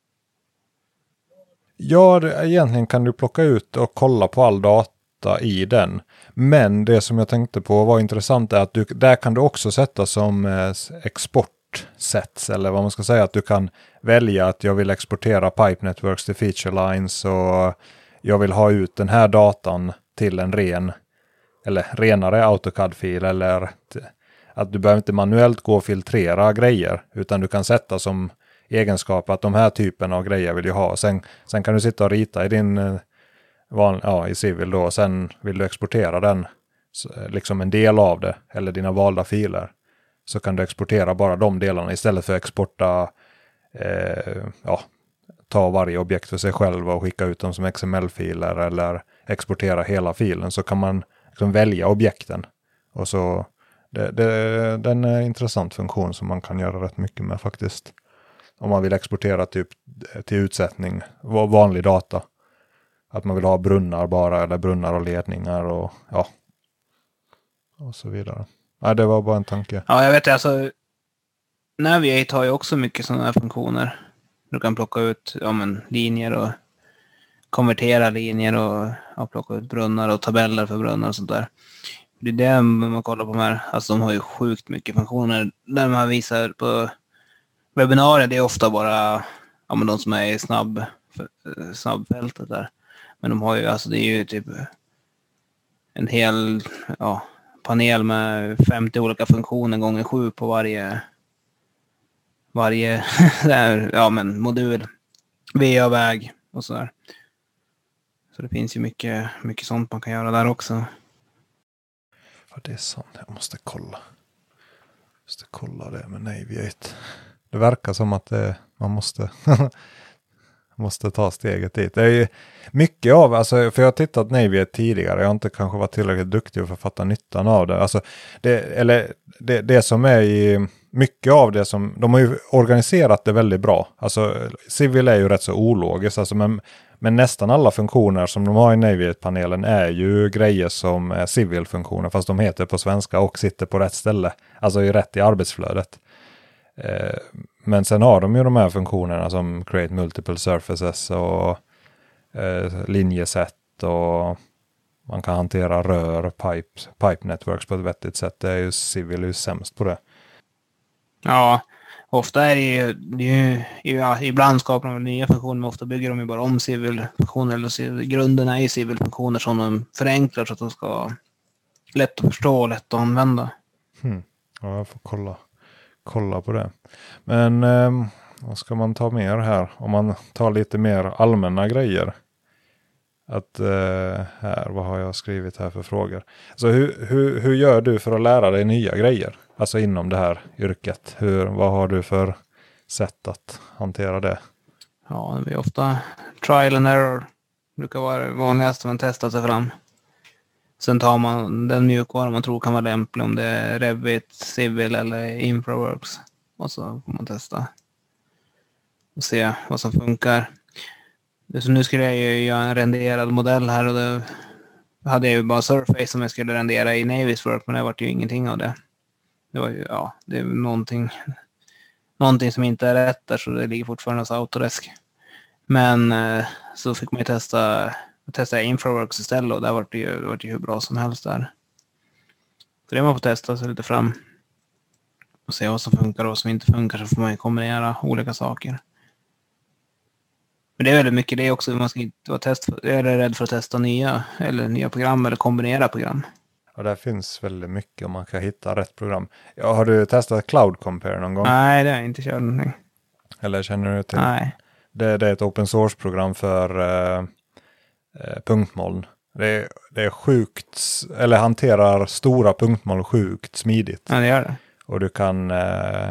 Ja, det, egentligen kan du plocka ut och kolla på all data i den. Men det som jag tänkte på var intressant är att du, där kan du också sätta som eh, exportsets. Eller vad man ska säga, att du kan välja att jag vill exportera pipe networks till feature lines och jag vill ha ut den här datan till en ren eller renare AutoCAD-fil, eller att du behöver inte manuellt gå och filtrera grejer, utan du kan sätta som egenskap att de här typen av grejer vill jag ha. Sen, sen kan du sitta och rita i din van, ja, i civil då, och sen vill du exportera den liksom en del av det eller dina valda filer, så kan du exportera bara de delarna istället för att exporta eh, ja, ta varje objekt för sig själv och skicka ut dem som X M L-filer eller exportera hela filen. Så kan man liksom välja objekten. Och så det, det, den är en intressant funktion som man kan göra rätt mycket med faktiskt. Om man vill exportera typ till utsättning, vanlig data. Att man vill ha brunnar bara, eller brunnar och ledningar och ja. Och så vidare. Nej, det var bara en tanke. Ja, jag vet det. Alltså, Naviate har ju också mycket sådana här funktioner. Du kan plocka ut ja, men, linjer och konvertera linjer och ja, plocka ut brunnar och tabeller för brunnar och sånt där. Det är det man kollar på här. Alltså de har ju sjukt mycket funktioner. När man visar på webbinarier, det är ofta bara ja, men de som är i snabb, snabbfältet där. Men de har ju, alltså det är ju typ en hel ja, panel med femtio olika funktioner gånger sju på varje varje där, ja, men modul, V A-väg och sådär. Så det finns ju mycket, mycket sånt man kan göra där också. Ja, det är sant. Jag måste kolla. Jag måste kolla det med Naviate. Det verkar som att det, man måste måste ta steget dit. Det är ju mycket av, alltså, för jag har tittat Naviate tidigare. Jag har inte kanske varit tillräckligt duktig för att fatta nyttan av det. Alltså, det, eller det, det som är i mycket av det som, de har ju organiserat det väldigt bra. Alltså Civil är ju rätt så ologiskt, alltså, men, men nästan alla funktioner som de har i Naviate-panelen är ju grejer som är Civil-funktioner, fast de heter på svenska och sitter på rätt ställe. Alltså i rätt i arbetsflödet. Eh, men sen har de ju de här funktionerna som create multiple surfaces och eh, linjesätt och man kan hantera rör, pipe, pipe networks på ett vettigt sätt. Det är ju Civil är ju sämst på det. Ja, ofta är det ju, det är ju ja, ibland skapar de nya funktioner, men ofta bygger de ju bara om Civil-funktioner, eller grunderna i Civil-funktioner som de förenklar så att de ska vara lätt att förstå och lätt att använda. Hmm. Ja, jag får kolla, kolla på det. Men eh, vad ska man ta mer här? Om man tar lite mer allmänna grejer. Att eh, här, vad har jag skrivit här för frågor? Så hur, hur, hur gör du för att lära dig nya grejer? Alltså inom det här yrket. Hur, vad har du för sätt att hantera det? Ja, det är ofta trial and error. Det brukar vara det vanligaste man testar sig fram. Sen tar man den mjukvara man tror kan vara lämplig, om det är Revit, Civil eller Infraworks. Och så får man testa och se vad som funkar. Så nu skulle jag ju göra en renderad modell här och då hade jag ju bara Surface som jag skulle rendera i Navisworks, men det var ju ingenting av det. Det var ju, ja, det är någonting, någonting som inte är rätt där, så det ligger fortfarande hos Autodesk. Men eh, så fick man ju testa, testa Infraworks istället och där var det ju, var det ju hur bra som helst där. Så det man får testa sig lite fram. Och se vad som funkar och vad som inte funkar, så får man ju kombinera olika saker. Men det är väldigt mycket det också. Man ska inte vara test för, jag är rädd för att testa nya, eller nya program eller kombinera program. Och där finns väldigt mycket om man kan hitta rätt program. Ja, har du testat Cloud Compare någon gång? Nej, det har jag inte kört någonting. Eller känner du till? Nej. Det, det är ett open source-program för eh, eh, punktmoln. Det är, det är sjukt, eller hanterar stora punktmoln sjukt smidigt. Ja, det gör det. Och du kan, eh,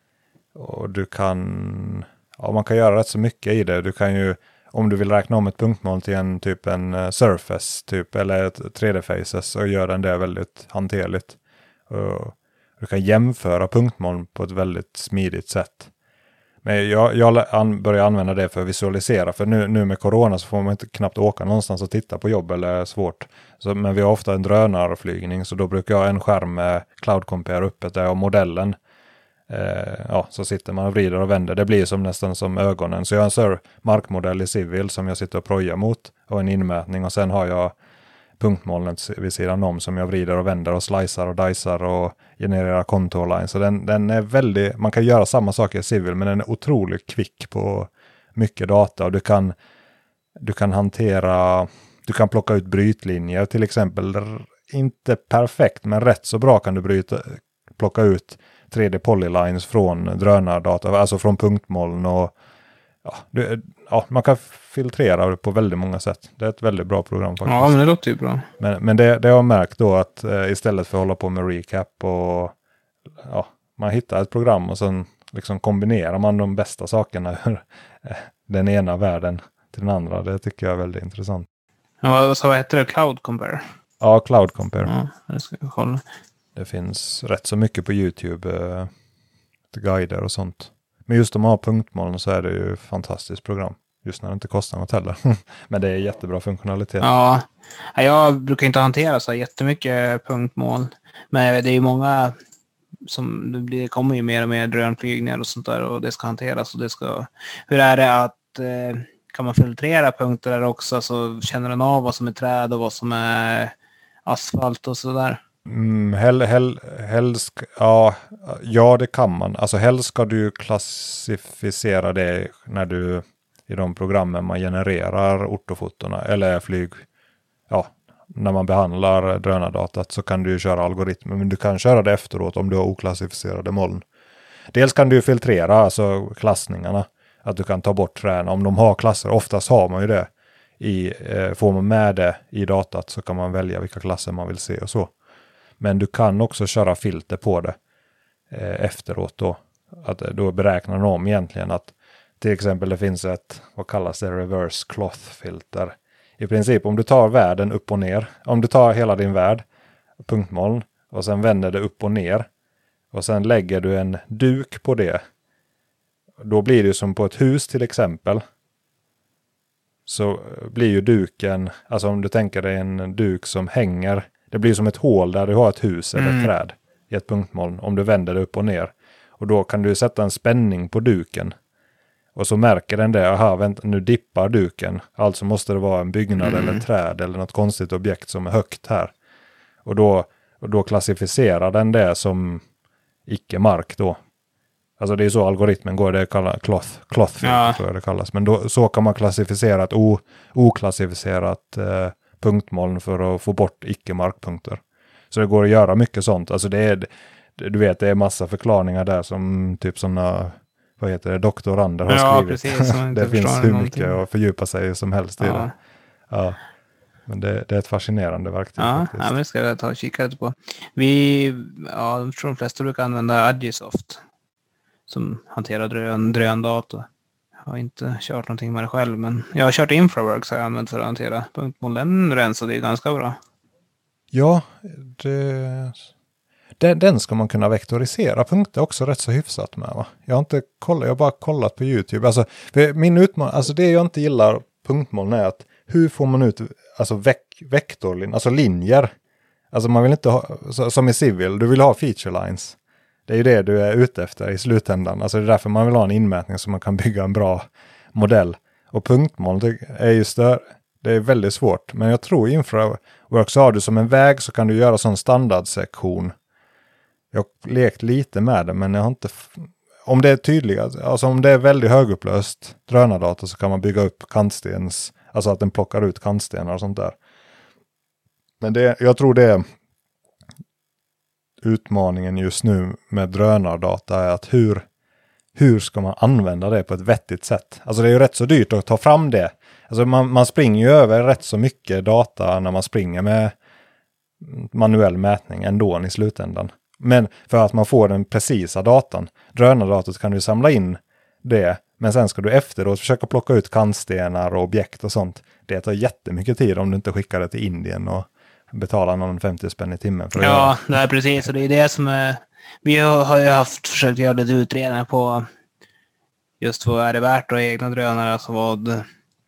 och du kan, ja man kan göra rätt så mycket i det. Du kan ju, om du vill räkna om ett punktmoln till en typ en uh, surface typ, eller ett tre D-faces, så gör den det väldigt hanterligt. Och du kan jämföra punktmoln på ett väldigt smidigt sätt. Men jag, jag an, börjar använda det för att visualisera. För nu, nu med corona så får man inte knappt åka någonstans och titta på jobb, eller svårt. Så, men vi har ofta en drönarflygning, så då brukar jag ha en skärm med Cloud Compare uppe där och modellen. Eh, ja, så sitter man och vrider och vänder. Det blir som nästan som ögonen. Så jag har en större markmodell i Civil som jag sitter och projar mot. Och en inmätning. Och sen har jag punktmolnet vid sidan om som jag vrider och vänder och slicear och dicear och genererar contour lines. Så den, den är väldigt, man kan göra samma saker i Civil, men den är otroligt kvick på mycket data. Och du kan, du kan hantera, du kan plocka ut brytlinjer till exempel. Inte perfekt, men rätt så bra kan du bryta, plocka ut tre D polylines från drönardata, alltså från punktmoln, och ja, du, ja, man kan filtrera det på väldigt många sätt. Det är ett väldigt bra program faktiskt. Ja, men det låter ju bra. Men, men det, det har jag märkt då att eh, istället för att hålla på med recap och ja, man hittar ett program och sen liksom kombinerar man de bästa sakerna ur den ena världen till den andra. Det tycker jag är väldigt intressant. Ja, så vad heter det? Cloud Compare? Ja, Cloud Compare. Ja, det ska jag kolla. Det finns rätt så mycket på YouTube, eh, guider och sånt. Men just om man har punktmoln så är det ju ett fantastiskt program. Just när det inte kostar något heller. Men det är jättebra funktionalitet. Ja, jag brukar inte hantera så jättemycket punktmoln. Men det är ju många som, det kommer ju mer och mer drönflygningar och sånt där, och det ska hanteras. Och det ska, hur är det att, kan man filtrera punkter där också, så känner den av vad som är träd och vad som är asfalt och sådär? Mm, hell, hell, helst, ja, ja, det kan man. Alltså helst ska du klassificera det när du i de programmen man genererar ortofotorna eller flyg. Ja, när man behandlar drönardatat så kan du köra algoritmer, men du kan köra det efteråt om du har oklassificerade moln. Dels kan du filtrera, alltså klassningarna, att du kan ta bort träden om de har klasser. Oftast har man ju det. I, eh, får man med det i datat så kan man välja vilka klasser man vill se och så. Men du kan också köra filter på det eh, efteråt då. Att då beräknar de om egentligen att till exempel det finns ett, vad kallas det, reverse cloth filter. I princip om du tar världen upp och ner, om du tar hela din värld, punktmoln, och sen vänder det upp och ner. Och sen lägger du en duk på det. Då blir det som på ett hus till exempel. Så blir ju duken, alltså om du tänker dig en duk som hänger, det blir som ett hål där du har ett hus eller ett Mm. träd i ett punktmoln om du vänder det upp och ner. Och då kan du sätta en spänning på duken. Och så märker den det, aha, vänta, nu dippar duken. Alltså måste det vara en byggnad Mm. eller ett träd eller något konstigt objekt som är högt här. Och då, och då klassificerar den det som icke-mark då. Alltså det är så algoritmen går, det kallas cloth, cloth filter, Ja. tror jag det kallas. Men då, så kan man klassificera ett o, oklassificerat eh, punktmoln för att få bort icke-markpunkter. Så det går att göra mycket sånt. Alltså det är, du vet, det är massa förklaringar där som typ sådana, vad heter det, doktorander har Ja, skrivit. precis, som inte Det finns förstår hur någonting. mycket att fördjupa sig som helst i Ja. det. Ja. Men det, det är ett fascinerande verktyg Ja, faktiskt. ja, men det ska jag ta och kika lite på. Vi, ja, jag tror de flesta brukar använda Agisoft som hanterar drön, dröndata. Jag har inte kört någonting med det själv, men jag har kört Infraworks har jag använt för att hantera punktmoln. Den rensade ju ganska bra. Ja, det, den, den ska man kunna vektorisera punkter också rätt så hyfsat med, va? Jag har inte kollat, jag har bara kollat på YouTube. Alltså, min utmaning, alltså det jag inte gillar punktmoln är att hur får man ut alltså vek, vektorlinjer, alltså linjer. Alltså man vill inte ha, som i Civil, du vill ha feature lines. Det är ju det du är ute efter i slutändan. Alltså det är därför man vill ha en inmätning så man kan bygga en bra modell. Och punktmoln är ju stör, det är väldigt svårt. Men jag tror infra Och också har du som en väg så kan du göra sån standardsektion. Jag har lekt lite med det, men jag har inte... F- om det är tydligt, alltså om det är väldigt högupplöst drönardata så kan man bygga upp kantstens, alltså att den plockar ut kantstenar och sånt där. Men det, jag tror det är utmaningen just nu med drönardata är att hur, hur ska man använda det på ett vettigt sätt? Alltså det är ju rätt så dyrt att ta fram det. Alltså man, man springer ju över rätt så mycket data när man springer med manuell mätning ändå i slutändan. Men för att man får den precisa datan. Drönardatat kan du samla in det. Men sen ska du efteråt försöka plocka ut kantstenar och objekt och sånt. Det tar jättemycket tid om du inte skickar det till Indien och betalar någon femtio spänn i timmen för att Ja, göra. det är precis. Och det är det som är... Vi har ju haft försökt göra lite utredningar på just vad är det värt att ha egna drönare. Alltså vad,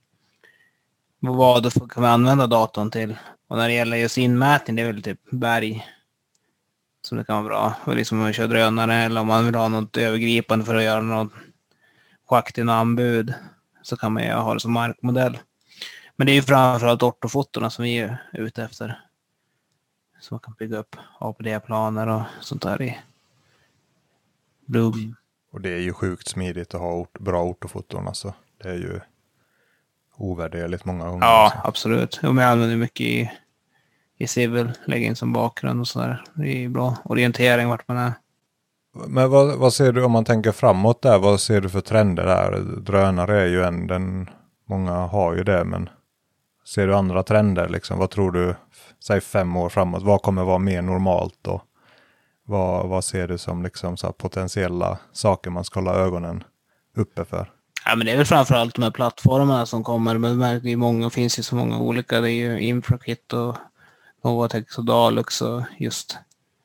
vad kan vi använda datorn till. Och när det gäller just inmätning, det är väl typ berg som det kan vara bra. Och liksom om man kör drönare eller om man vill ha något övergripande för att göra något schakt i något anbud så kan man ju ha det som markmodell. Men det är ju framförallt ortofotorna som vi är ute efter. Så man kan bygga upp A P D-planer och sånt där i Bluebeam. Och det är ju sjukt smidigt att ha ort, bra ortofoton. Alltså. Det är ju ovärderligt många gånger. Ja, alltså. absolut. Och jag använder mycket i, i civil, lägga in som bakgrund och sådär. Det är bra orientering vart man är. Men vad, vad ser du om man tänker framåt där? Vad ser du för trender där? Drönare är ju en, den, många har ju det, men ser du andra trender liksom? Vad tror du, säg fem år framåt, vad kommer vara mer normalt då? Vad, vad ser du som liksom så här potentiella saker man ska hålla ögonen uppe för? Ja, men det är väl framförallt de här plattformarna som kommer. Men det är många, finns ju så många olika. Det är ju Infrakit och Novatex och Dalux och just...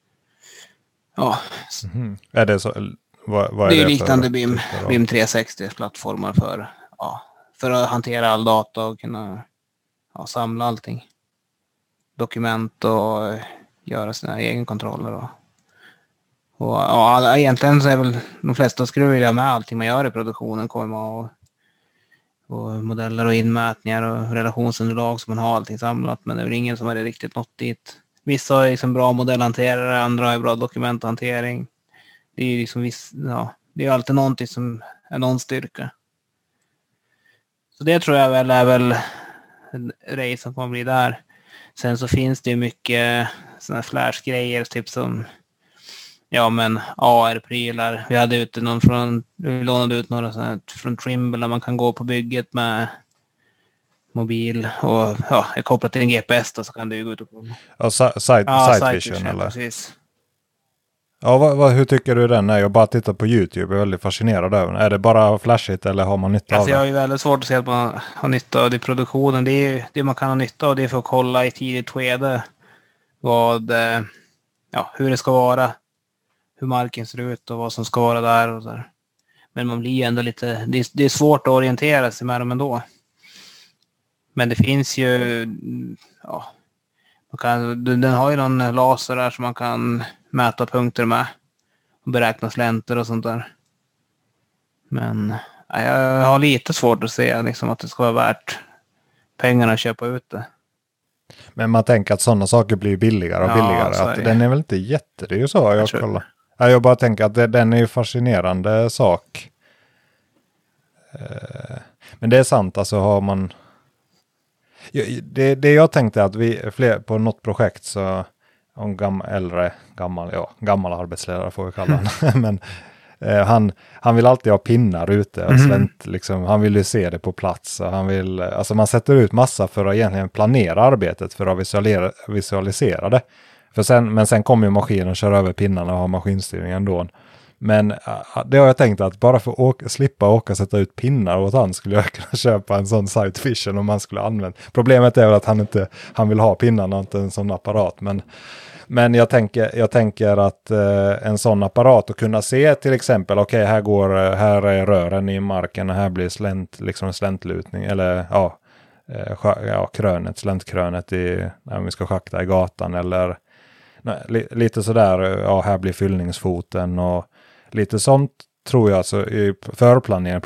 Ja. Mm-hmm. Är det så? Vad, vad är det är det liknande för, BIM, för BIM tre sextio plattformar för, ja, för att hantera all data och kunna ja, samla allting. Dokument och göra sina egenkontroller. Och, och ja, egentligen så är väl de flesta skulle vilja med allting man gör i produktionen. K M A och, och modeller och inmätningar och relationsunderlag så man har allting samlat. Men det är väl ingen som har riktigt nått dit. Vissa har liksom bra modellhanterare, andra har bra dokumenthantering. Det är liksom viss, ja, det är alltid någonting som är någon styrka. Så det tror jag väl är väl en race som kommer bli där. Sen så finns det ju mycket sådana flashgrejer, typ som ja men A R-prylar. Vi hade ute någon från, vi lånade ut några sådana från Trimble där man kan gå på bygget med mobil och ja, är kopplat till en G P S då, så kan du ju gå ut och kolla. Ja, side, side, ja, side vision, vision eller? Precis. Ja, vad, vad, hur tycker du den är? Jag bara tittar på YouTube, jag är väldigt fascinerad över den. Är det bara flashigt eller har man nytta alltså, av det? Jag har ju väldigt svårt att se att man har nytta av det i produktionen. Det är ju det man kan ha nytta av, det är för att kolla i tidigt skede vad, ja, hur det ska vara, hur marken ser ut och vad som ska vara där och så där. Men man blir ju ändå lite, det är, det är svårt att orientera sig med dem ändå. Men det finns ju, ja, man kan, den har ju någon laser där som man kan mäta punkter med och beräkna slänter och sånt där. Men ja, jag har lite svårt att se liksom, att det ska vara värt pengarna att köpa ut det. Men man tänker att sådana saker blir billigare och ja, billigare. Att är den är väl inte jätte, det är ju så jag, jag tror... ja, jag bara tänker att det, den är ju fascinerande sak. Men det är sant, alltså har man... Det, det jag tänkte att vi fler, på något projekt så en gam, äldre, gammal, ja, gammal arbetsledare får vi kalla honom. Men eh, han, han vill alltid ha pinnar ute. Och Mm. svänt, liksom, han vill ju se det på plats. Och han vill, alltså man sätter ut massa för att egentligen planera arbetet för att visualisera, visualisera det. För sen, men sen kommer ju maskinen och kör över pinnarna och har maskinstyrning ändå. Men uh, det har jag tänkt att bara för att åka, slippa åka och sätta ut pinnar åt han skulle jag kunna köpa en sån Sight Vision om man skulle använda. Problemet är väl att han inte han vill ha pinnarna och inte en sån apparat. Men, men jag, tänker, jag tänker att uh, en sån apparat och kunna se till exempel, okej okay, här går här är rören i marken och här blir slänt, liksom släntlutning eller ja, uh, ja krönet, släntkrönet i, när vi ska schakta i gatan eller nej, li, lite sådär, ja här blir fyllningsfoten och lite sånt tror jag alltså i förplaneringen,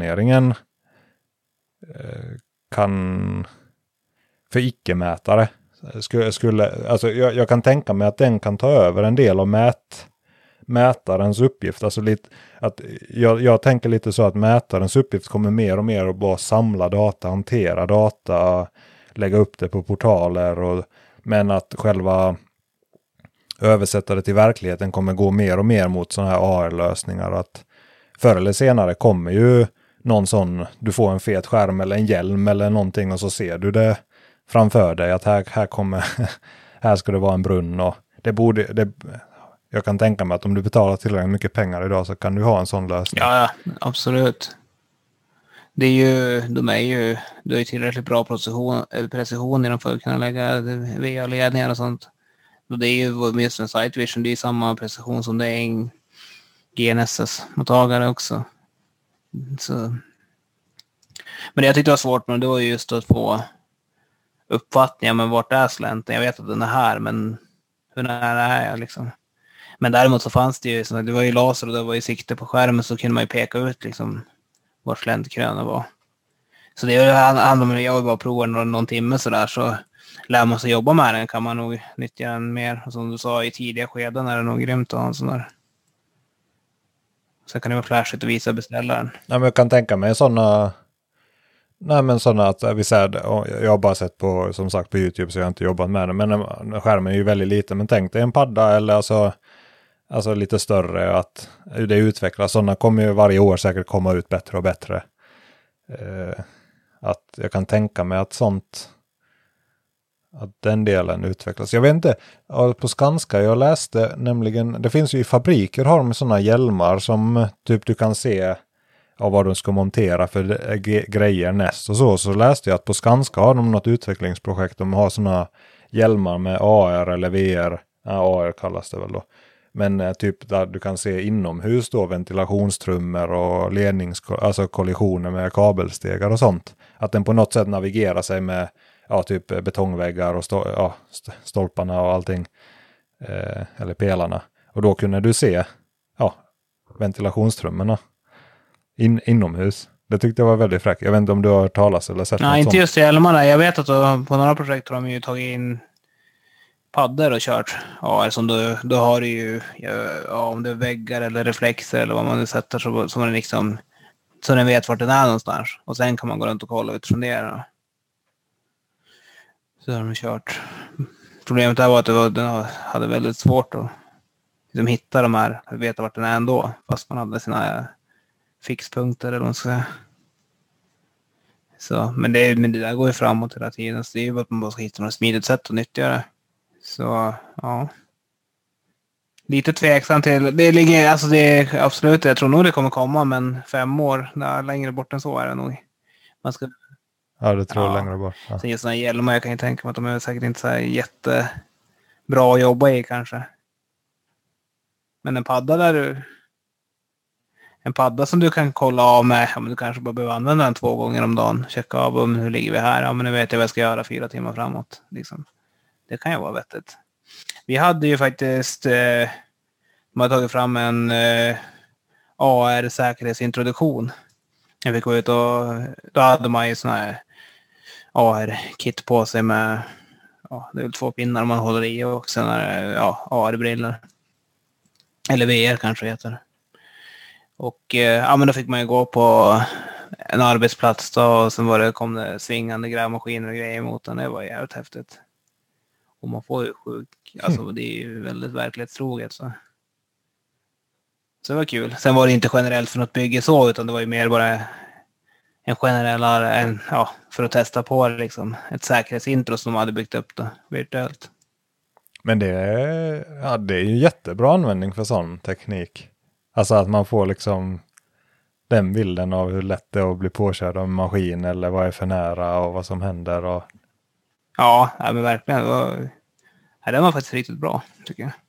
produktionsplaneringen eh, kan för icke-mätare skulle, skulle alltså jag, jag kan tänka mig att den kan ta över en del av mät, mätarens uppgift. Alltså lite, att jag, jag tänker lite så att mätarens uppgift kommer mer och mer att bara samla data, hantera data, lägga upp det på portaler. Och, men att själva översätta det till verkligheten kommer gå mer och mer mot sådana här A R-lösningar. Att förr eller senare kommer ju någon sån, du får en fet skärm eller en hjälm eller någonting och så ser du det framför dig att här, här kommer, här ska det vara en brunn och det borde, det, jag kan tänka mig att om du betalar tillräckligt mycket pengar idag så kan du ha en sån lösning. Ja, ja, absolut. Det är ju, de är ju, du har ju tillräckligt bra precision, precision i dem för att kunna lägga V A-ledningar och sånt. Och det är ju med en Sight Vision, det är samma precision som det är en G N S S-mottagare också. Så. Men det jag tyckte var svårt med det var just att få uppfattningar med vart är slänten. Jag vet att den är här, men hur nära är jag liksom? Men däremot så fanns det ju, det var ju laser och det var ju sikte på skärmen, så kunde man ju peka ut liksom var släntkrönen var. Så det handlar om, jag bara provar någon, någon timme sådär, så lär man sig jobba med den kan man nog nyttja den mer. Och som du sa, i tidiga skeden är det nog grymt att ha en sån där. Så kan det vara flashigt att visa beställaren. Ja, men jag kan tänka mig sådana, nej men sådana att vi säger, jag har bara sett på, som sagt, på YouTube, så jag har inte jobbat med det, men skärmen är ju väldigt liten, men tänk dig en padda eller alltså, alltså lite större, att det utvecklas. Sådana kommer ju varje år säkert komma ut bättre och bättre. Eh, att jag kan tänka mig att sånt, att den delen utvecklas. Jag vet inte, på Skanska jag läste nämligen, det finns ju i fabriker har de sådana hjälmar som typ du kan se av vad de ska montera för grejer näst och så. Så läste jag att på Skanska har de något utvecklingsprojekt. De har sådana hjälmar med A R eller V R. Ja, A R kallas det väl då. Men typ där du kan se inomhus då ventilationstrummor och lednings, alltså kollisioner med kabelstegar och sånt. Att den på något sätt navigerar sig med ja, typ betongväggar och stol- ja, stolparna och allting. Eh, eller pelarna. Och då kunde du se ja, ventilationstrummorna in, inomhus. Det tyckte jag var väldigt fräckt. Jag vet inte om du har hört talas eller sett Nej, något inte sånt. just hjälmarna. Jag vet att på några projekt har de ju tagit in paddor och kört. Ja, som då, då har du ju, ja, om det är väggar eller reflexer eller vad man nu sätter, så, så man liksom, så den vet vart den är någonstans. Och sen kan man gå runt och kolla utifrån det då. Så har de kört. Problemet där var att det var, den hade väldigt svårt att liksom hitta de här, att veta vart den är ändå, fast man hade sina fixpunkter eller vad man ska säga. Så, men, det, men det där går ju framåt hela tiden, så det är ju att man bara ska hitta något smidigt sätt att nyttja det. Så, ja. Lite tveksam till, det ligger, alltså det är absolut, jag tror nog det kommer komma, men fem år, nej, längre bort än så är det nog. Man ska... Ja, det tror jag ja. längre bort. Ja. Sen just sådana hjälmar, jag kan ju tänka mig att de är säkert inte så här jättebra att jobba i kanske. Men en padda där du... En padda som du kan kolla av med, ja, men du kanske bara behöver använda den två gånger om dagen. Checka av om hur ligger vi här, ja men nu vet jag vad jag ska göra fyra timmar framåt. Liksom. Det kan ju vara vettigt. Vi hade ju faktiskt, eh, man har tagit fram en eh, A R-säkerhetsintroduktion. Jag fick gå ut och då hade man ju sån här A R-kit på sig med, ja, det är väl två pinnar man håller i och sen är det, ja, A R-brillor. Eller V R kanske heter det. Och eh, ja, men då fick man ju gå på en arbetsplats då, och sen var det, kom det svingande grävmaskiner och grejer mot den. Det var jävligt häftigt. Och man får ju sjuk, alltså det är ju väldigt verklighetstroget så. Så det var kul. Sen var det inte generellt för något bygge så, utan det var ju mer bara en generell, en, ja, för att testa på liksom, ett säkerhetsintro som de hade byggt upp då, virtuellt. Men det är, ja, det är ju jättebra användning för sån teknik. Alltså att man får liksom den bilden av hur lätt det är att bli påkörd av en maskin eller vad är för nära och vad som händer. Och... Ja, ja, men verkligen. Det var, ja, det var faktiskt riktigt bra, tycker jag.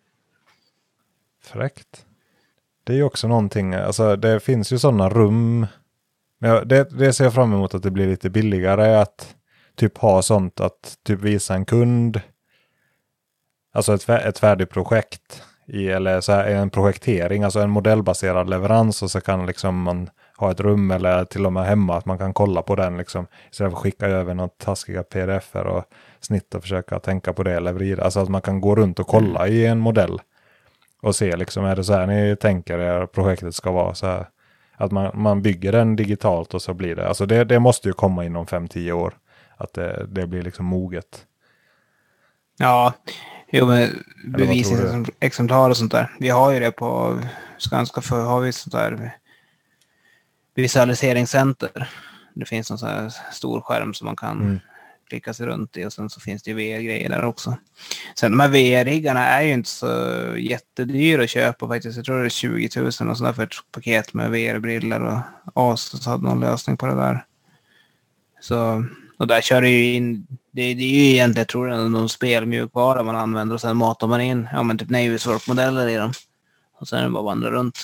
Fräckt. Det är ju också någonting, alltså det finns ju sådana rum. Men det, det ser jag fram emot att det blir lite billigare att typ ha sånt, att typ visa en kund, alltså ett, ett färdigt projekt i, eller så här en projektering, alltså en modellbaserad leverans, och så kan liksom man ha ett rum eller till och med hemma att man kan kolla på den liksom, istället för att skicka över några taskiga pdf-er och snitt och försöka tänka på det eller vrida. Alltså att man kan gå runt och kolla i en modell och se liksom, är det så här ni tänker er projektet ska vara så här. Att man, man bygger den digitalt och så blir det. Alltså det, det måste ju komma inom fem till tio år. Att det, det blir liksom moget. Ja, jo men bevisningsexemplar och sånt där. Vi har ju det på Skanska, för har vi sånt där visualiseringscenter. Det finns någon sån här stor skärm som man kan mm. klicka sig runt i, och sen så finns det ju V R-grejer där också. Sen de här V R-riggarna är ju inte så jättedyra att köpa faktiskt. Jag tror det är tjugo tusen och sådär för ett paket med V R-briller, och Asus hade någon lösning på det där. Så, och där kör det ju in, det, det är ju egentligen, jag tror det är någon spelmjukvara man använder, och sen matar man in, ja men typ Naviswork-modeller i dem. Och sen är det bara vandra runt.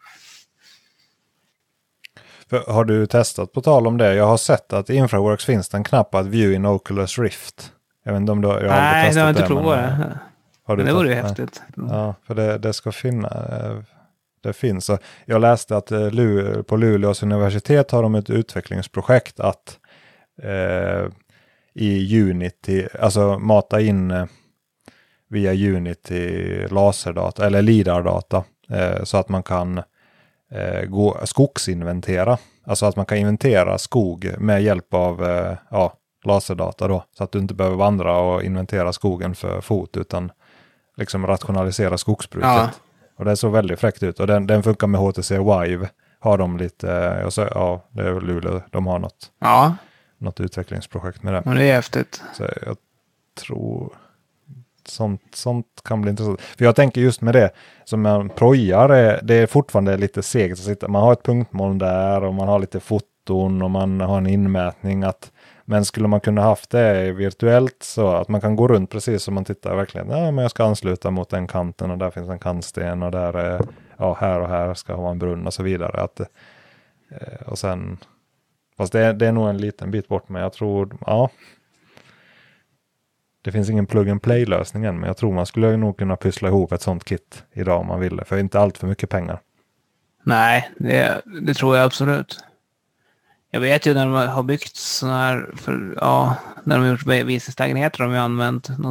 För, har du testat på tal om det? Jag har sett att i Infraworks finns det en knapp att view in Oculus Rift. Jag vet inte om du jag har Nej, testat jag har inte det, provat men, det. Har du men det vore ju testat? häftigt. Ja, för det, det ska finnas. Det finns. Jag läste att på Luleås universitet har de ett utvecklingsprojekt att eh, i Unity, alltså mata in eh, via Unity laserdata eller lidardata eh, så att man kan eh, gå, skogsinventera. Alltså att man kan inventera skog med hjälp av eh, ja, laserdata då. Så att du inte behöver vandra och inventera skogen för fot, utan liksom rationalisera skogsbruket. Ja. Och det såg väldigt fräckt ut. Och den, den funkar med H T C Vive. Har de lite, och så, ja, det är Luleå, de har något. Ja. Något utvecklingsprojekt med det. Och det är häftigt. Så jag tror sånt, sånt kan bli intressant. För jag tänker just med det, som man projar, är, det är fortfarande lite segt att sitta. Man har ett punktmoln där och man har lite foton och man har en inmätning. Att, men skulle man kunna haft det virtuellt så att man kan gå runt precis som man tittar verkligen. Ja, men jag ska ansluta mot den kanten och där finns en kantsten och där är, ja, här och här ska ha en brunn och så vidare. Att, och sen, fast det är, det är nog en liten bit bort, men jag tror, ja. Det finns ingen plug-and-play-lösning än, men jag tror man skulle nog kunna pyssla ihop ett sånt kit idag om man ville, för inte allt för mycket pengar. Nej, det, det tror jag absolut. Jag vet ju när de har byggt sådana här, för, ja, när de har gjort visningslägenheter, de har använt någon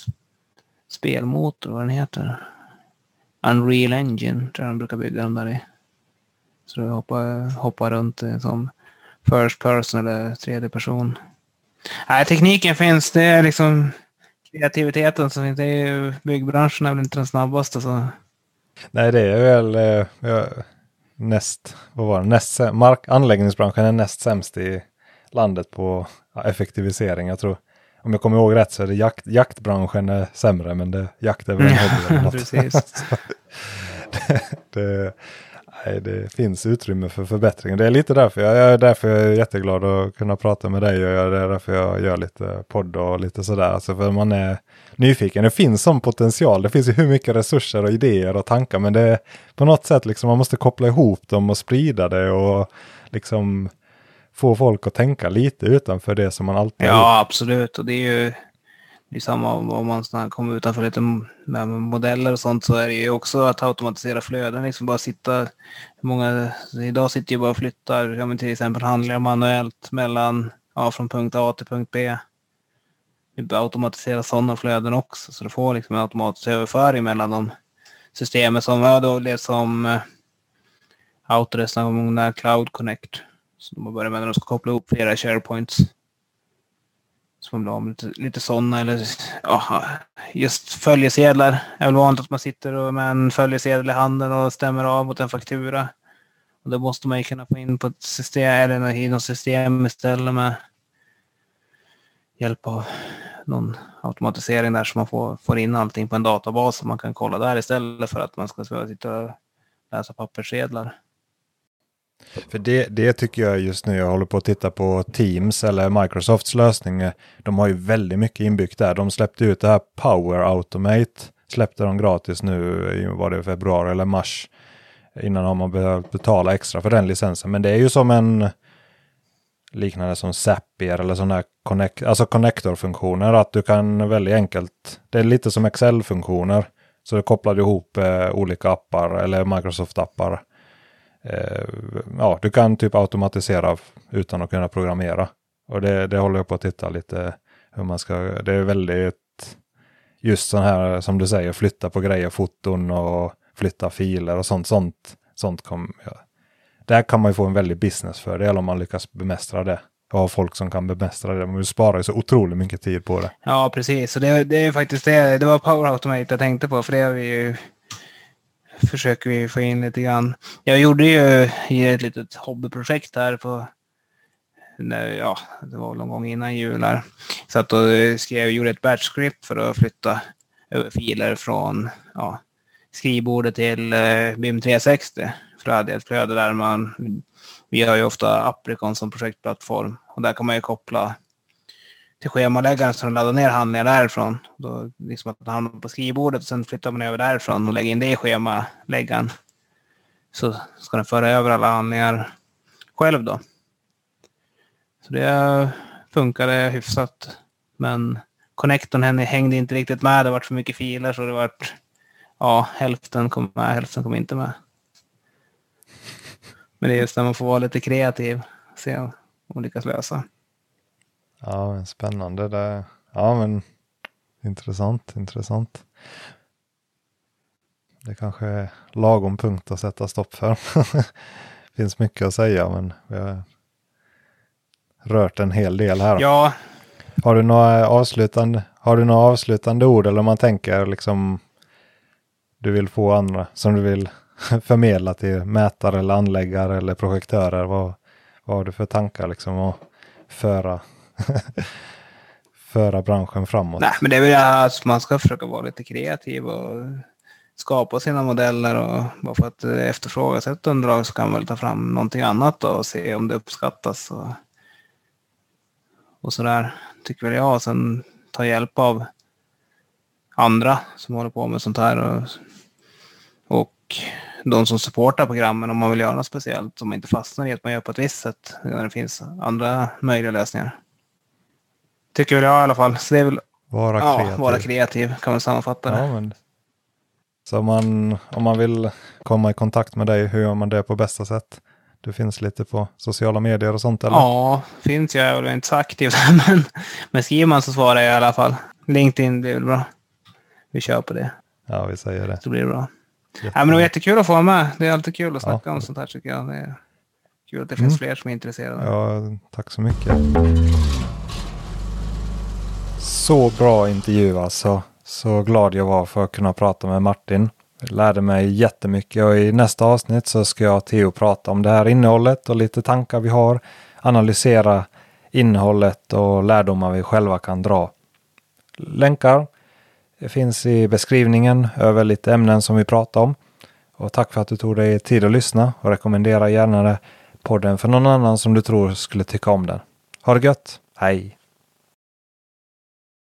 spelmotor, vad den heter. Unreal Engine, tror jag de brukar bygga dem där i. Så du hoppar, hoppar runt som first person eller tredje person. Nej, tekniken finns, det är liksom kreativiteten som finns, det är ju, byggbranschen är väl inte den snabbaste så. Nej, det är väl eh, ja, näst, vad var det, näst, mark, anläggningsbranschen är näst sämst i landet på ja, effektivisering. Jag tror, om jag kommer ihåg rätt så är det jakt, jaktbranschen är sämre, men det, jakt är väl en hobby eller något. Precis. det, det, nej, det finns utrymme för förbättring. Det är lite därför jag, jag är därför jag är jätteglad att kunna prata med dig, och jag är därför jag gör lite podd och lite sådär. Alltså för man är nyfiken. Det finns som potential. Det finns ju hur mycket resurser och idéer och tankar, men det är på något sätt liksom man måste koppla ihop dem och sprida det och liksom få folk att tänka lite utanför det som man alltid har gjort. Ja, absolut. Och det är ju det är samma om man kommer utanför lite med modeller och sånt, så är det ju också att automatisera flöden. Liksom bara sitta, många, idag sitter ju bara och flyttar, ja, men till exempel handlar manuellt mellan, ja, från punkt A till punkt B. Vi bör automatisera sådana flöden också, så du får liksom en automatisk överföring mellan de systemen som är då det som uh, Autodesk Cloud Connect. Så de börjar med när de ska koppla ihop flera SharePoints. Så man blir av med lite, lite sådana, eller ja, just följesedlar. Det är väl vanligt att man sitter och med en följesedel i handen och stämmer av mot en faktura. Och det måste man ju kunna få in på ett system, eller i något system istället med hjälp av någon automatisering där, så man får, får in allting på en databas som man kan kolla där istället för att man ska sitta och läsa papperssedlar. För det, det tycker jag just nu, jag håller på att titta på Teams eller Microsofts lösning. De har ju väldigt mycket inbyggt där. De släppte ut det här Power Automate. Släppte de gratis nu, var det februari eller mars. Innan har man behövt betala extra för den licensen. Men det är ju som en liknande som Zapier eller sådana här connect, alltså connector-funktioner. Att du kan väldigt enkelt, det är lite som Excel-funktioner. Så du kopplar ihop eh, olika appar eller Microsoft-appar. eh, ja, du kan typ automatisera utan att kunna programmera. Och det, det håller jag på att titta lite hur man ska, det är väldigt just sån här som du säger, flytta på grejer, foton och flytta filer och sånt, sånt, sånt kom, ja. Där kan man ju få en väldig business för det, eller om man lyckas bemästra det. Och ha folk som kan bemästra det. Men du sparar ju så otroligt mycket tid på det. Ja, precis. Och det, det är faktiskt det. Det var Power Automate jag tänkte på. För det har vi ju, försöker vi få in lite grann. Jag gjorde ju i ett litet hobbyprojekt här på, när, ja, det var någon gång innan jul här. Så att då skrev jag, gjorde ett batch script för att flytta över filer från ja, skrivbordet till eh, B I M tre sextio. För det hade ett flöde där man, vi har ju ofta Apricon som projektplattform. Och där kan man ju koppla till schemaläggaren som laddar ner handlingar därifrån. Då liksom att man hamnar på skrivbordet och sen flyttar man över därifrån och lägger in det i schemaläggaren. Så ska den föra över alla handlingar själv då. Så det funkade hyfsat. Men connectorn hängde inte riktigt med. Det var för mycket filer så det var ja, hälften kom med, hälften kom inte med. Men det är just när man får vara lite kreativ och se om man lyckas lösa. Ja, men spännande. Det, ja, men intressant, intressant. Det kanske är lagom punkt att sätta stopp för. Finns mycket att säga, men vi har rört en hel del här. Ja. Har du några avslutande, har du några avslutande ord, eller om man tänker liksom du vill få andra som du vill förmedla till mätare eller anläggare eller projektörer? Vad, vad har du för tankar liksom att föra, föra branschen framåt? Nej, men det är väl att man ska försöka vara lite kreativ och skapa sina modeller, och bara för att efterfrågas ett underlag så kan man väl ta fram någonting annat och se om det uppskattas och, och sådär, tycker väl jag. Och sen ta hjälp av andra som håller på med sånt här och, och de som supportar programmen om man vill göra något speciellt, om man inte fastnar i att man gör på ett visst sätt när det finns andra möjliga lösningar. Tycker väl jag i alla fall. Så det är väl vara ja, kreativ. Vara kreativ kan man sammanfatta det. Ja, men, så man, om man vill komma i kontakt med dig, hur gör man det på bästa sätt? Du finns lite på sociala medier och sånt, eller? Ja, finns jag. Jag är inte så aktiv men, men skriver man så svarar jag i alla fall. LinkedIn blir väl bra. Vi kör på det. Ja, vi säger det. Så blir det bra. Ja, men det var jättekul att få vara med. Det är alltid kul att snacka ja. om sånt här, tycker jag. Det är kul att det finns mm. fler som är intresserade. Ja, tack så mycket. Så bra intervju alltså. Så glad jag var för att kunna prata med Martin. Jag lärde mig jättemycket, och i nästa avsnitt så ska jag och Theo prata om det här innehållet och lite tankar vi har. Analysera innehållet och lärdomar vi själva kan dra. Länkar finns i beskrivningen över lite ämnen som vi pratar om. Och tack för att du tog dig tid att lyssna, och rekommendera gärna podden för någon annan som du tror skulle tycka om den. Ha det gött, hej!